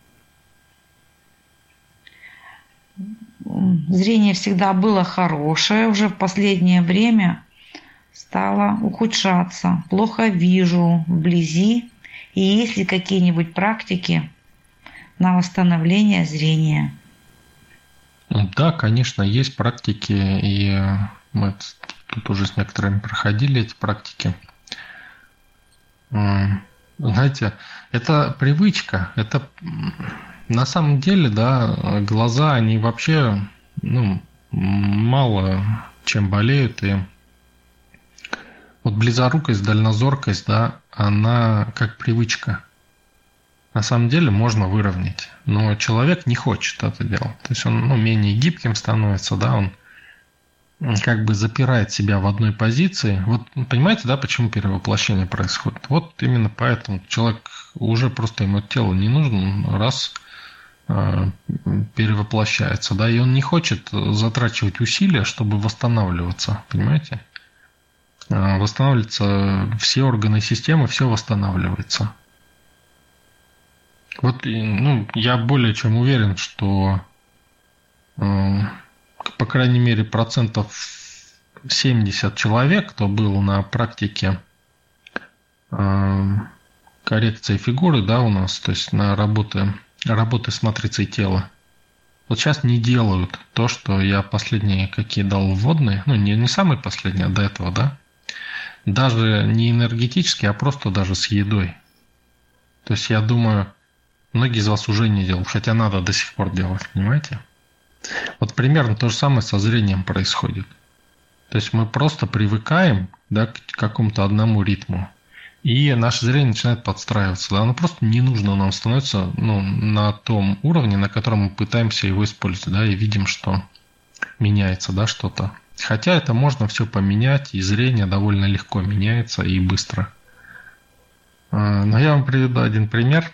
Зрение всегда было хорошее, уже в последнее время стало ухудшаться. Плохо вижу вблизи. И есть ли какие-нибудь практики на восстановление зрения? Да, конечно, есть практики, и мы тут уже с некоторыми проходили эти практики. Знаете, это привычка, это на самом деле, да, глаза, они вообще, ну, мало чем болеют, и вот близорукость, дальнозоркость, да, она как привычка. На самом деле можно выровнять, но человек не хочет это делать. То есть он, ну, менее гибким становится, да, он как бы запирает себя в одной позиции. Вот понимаете, да, почему перевоплощение происходит? Вот именно поэтому человек уже просто, ему тело не нужно, раз э, перевоплощается, да, и он не хочет затрачивать усилия, чтобы восстанавливаться, понимаете? Э, восстанавливаются все органы системы, все восстанавливается. Вот, ну, я более чем уверен, что, э, по крайней мере, процентов семьдесят человек, кто был на практике э, коррекции фигуры, да, у нас, то есть на работы, работы с матрицей тела, вот сейчас не делают то, что я последние какие дал вводные, ну, не, не самые последние, а до этого, да, даже не энергетически, а просто даже с едой. То есть я думаю, многие из вас уже не делают, хотя надо до сих пор делать, понимаете? Вот примерно то же самое со зрением происходит. То есть мы просто привыкаем, да, к какому-то одному ритму, и наше зрение начинает подстраиваться. Да? Оно просто не нужно нам становится, ну, на том уровне, на котором мы пытаемся его использовать, да, и видим, что меняется, да, что-то. Хотя это можно все поменять, и зрение довольно легко меняется и быстро. Но я вам приведу один пример,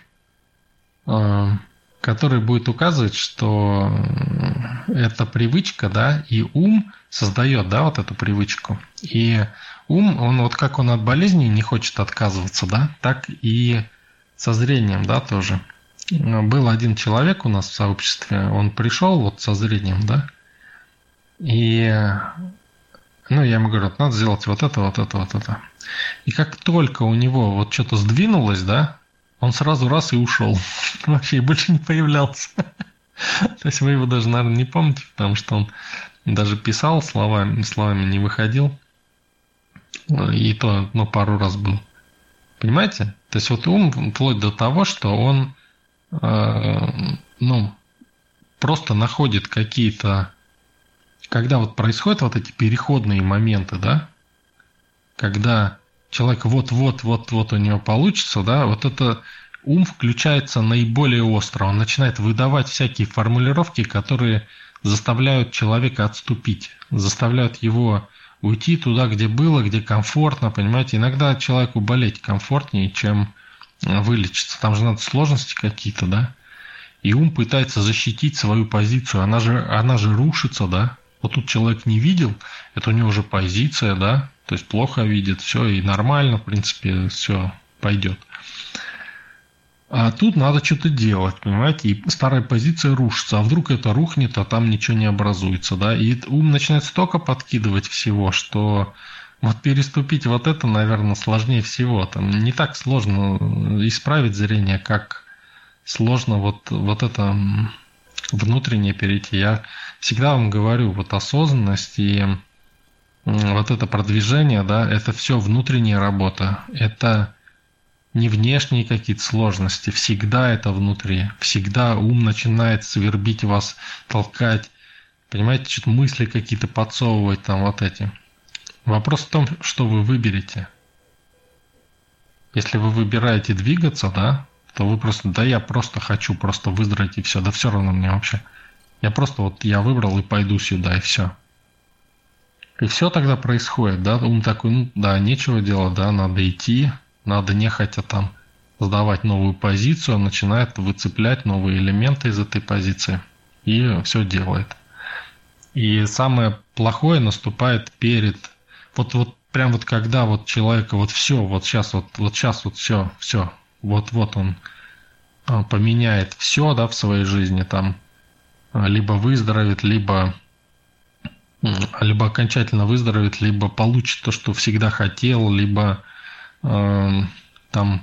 который будет указывать, что эта привычка, да, и ум создает, да, вот эту привычку. И ум, он вот как он от болезни не хочет отказываться, да, так и со зрением, да, тоже. Был один человек у нас в сообществе, он пришел вот со зрением, да, и, ну, я ему говорю, надо сделать вот это, вот это, вот это. И как только у него вот что-то сдвинулось, да, он сразу раз и ушел. Вообще больше не появлялся. То есть вы его даже, наверное, не помните, потому что он даже писал словами, словами не выходил. И то, ну, пару раз был. Понимаете? То есть вот ум вплоть до того, что он, э, ну, просто находит какие-то... Когда вот происходят вот эти переходные моменты, да, когда человек вот-вот-вот-вот у него получится, да, вот это ум включается наиболее остро, он начинает выдавать всякие формулировки, которые заставляют человека отступить, заставляют его уйти туда, где было, где комфортно, понимаете. Иногда человеку болеть комфортнее, чем вылечиться, там же надо сложности какие-то, да, и ум пытается защитить свою позицию, она же, она же рушится, да. Вот тут человек не видел, это у него уже позиция, да, то есть плохо видит, все, и нормально, в принципе, все пойдет. А тут надо что-то делать, понимаете, и старая позиция рушится, а вдруг это рухнет, а там ничего не образуется, да, и ум начинает столько подкидывать всего, что вот переступить вот это, наверное, сложнее всего, там не так сложно исправить зрение, как сложно вот, вот это внутреннее перейти. Я всегда вам говорю, вот осознанность и вот это продвижение, да, это все внутренняя работа, это не внешние какие-то сложности, всегда это внутри, всегда ум начинает свербить вас, толкать, понимаете, что-то мысли какие-то подсовывать там вот эти. Вопрос в том, что вы выберете. Если вы выбираете двигаться, да, то вы просто, да я просто хочу просто выздороветь и все, да все равно мне вообще. Я просто вот, я выбрал и пойду сюда, и все. И все тогда происходит, да, ум такой, ну да, нечего делать, да, надо идти, надо нехотя там сдавать новую позицию, он начинает выцеплять новые элементы из этой позиции и все делает. И самое плохое наступает перед, вот, вот прям вот когда вот человека вот все, вот сейчас вот, вот сейчас вот все, все, вот, вот он поменяет все, да, в своей жизни, там, либо выздоровеет, либо, либо окончательно выздоровеет, либо получит то, что всегда хотел, либо там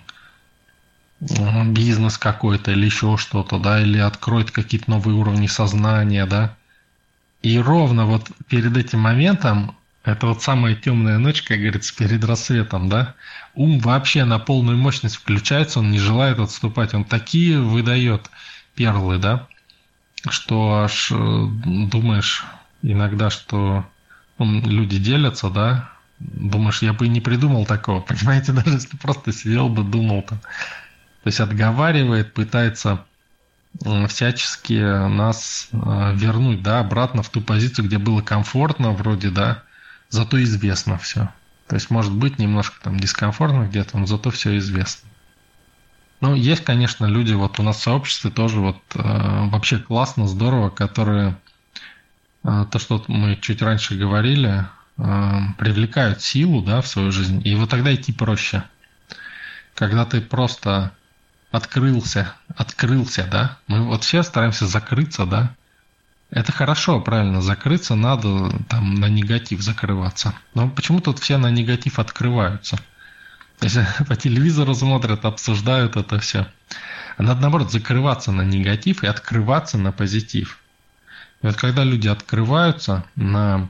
бизнес какой-то или еще что-то, да, или откроет какие-то новые уровни сознания, да. И ровно вот перед этим моментом, это вот самая темная ночь, как говорится, перед рассветом, да, ум вообще на полную мощность включается, он не желает отступать, он такие выдает перлы, да, что аж думаешь иногда, что ну, люди делятся, да, думаешь, я бы и не придумал такого, понимаете, даже если просто сидел бы, думал там. То есть отговаривает, пытается всячески нас вернуть, да, обратно в ту позицию, где было комфортно вроде, да, зато известно все. То есть может быть немножко там дискомфортно где-то, но зато все известно. Ну, есть, конечно, люди, вот у нас в сообществе тоже вот вообще классно, здорово, которые, то, что мы чуть раньше говорили, привлекают силу, да, в свою жизнь, и вот тогда идти проще. Когда ты просто открылся, открылся, да, мы вот все стараемся закрыться, да, это хорошо, правильно, закрыться надо, там, на негатив закрываться, но почему-то вот все на негатив открываются. Если по телевизору смотрят, обсуждают это все. А надо, наоборот, закрываться на негатив и открываться на позитив. И вот когда люди открываются на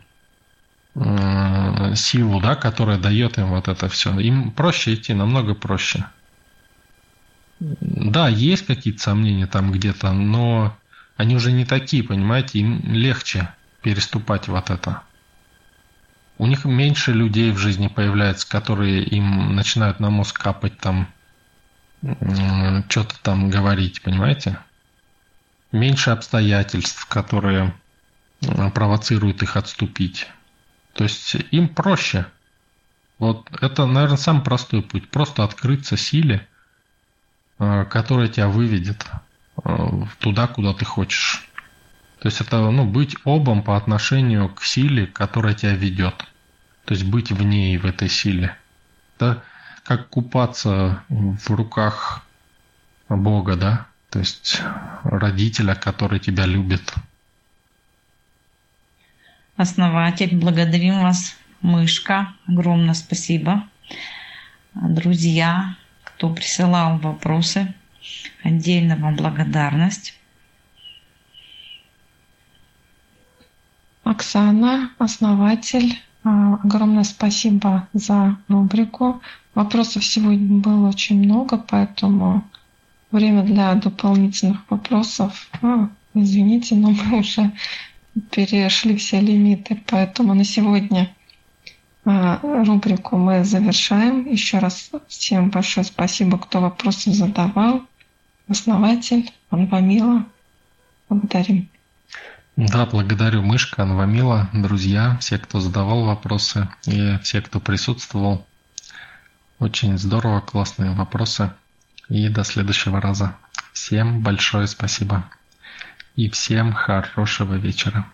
силу, да, которая дает им вот это все, им проще идти, намного проще. Да, есть какие-то сомнения там где-то, но они уже не такие, понимаете, им легче переступать вот это. У них меньше людей в жизни появляется, которые им начинают на мозг капать там, что-то там говорить, понимаете? Меньше обстоятельств, которые провоцируют их отступить. То есть им проще. Вот это, наверное, самый простой путь. Просто открыться силе, которая тебя выведет туда, куда ты хочешь. То есть это, ну, быть обом по отношению к силе, которая тебя ведет. То есть быть в ней, в этой силе. Это как купаться в руках Бога, да? То есть родителя, который тебя любит. Основатель, благодарим вас, Мышка, огромное спасибо. Друзья, кто присылал вопросы, отдельно вам благодарность. Оксана, основатель, огромное спасибо за рубрику. Вопросов сегодня было очень много, поэтому время для дополнительных вопросов. А, извините, но мы уже перешли все лимиты, поэтому на сегодня рубрику мы завершаем. Еще раз всем большое спасибо, кто вопросы задавал. Основатель, Анвамила, благодарим. Да, благодарю, Мышка, Анвамила, друзья, все, кто задавал вопросы и все, кто присутствовал. Очень здорово, классные вопросы. И до следующего раза. Всем большое спасибо. И всем хорошего вечера.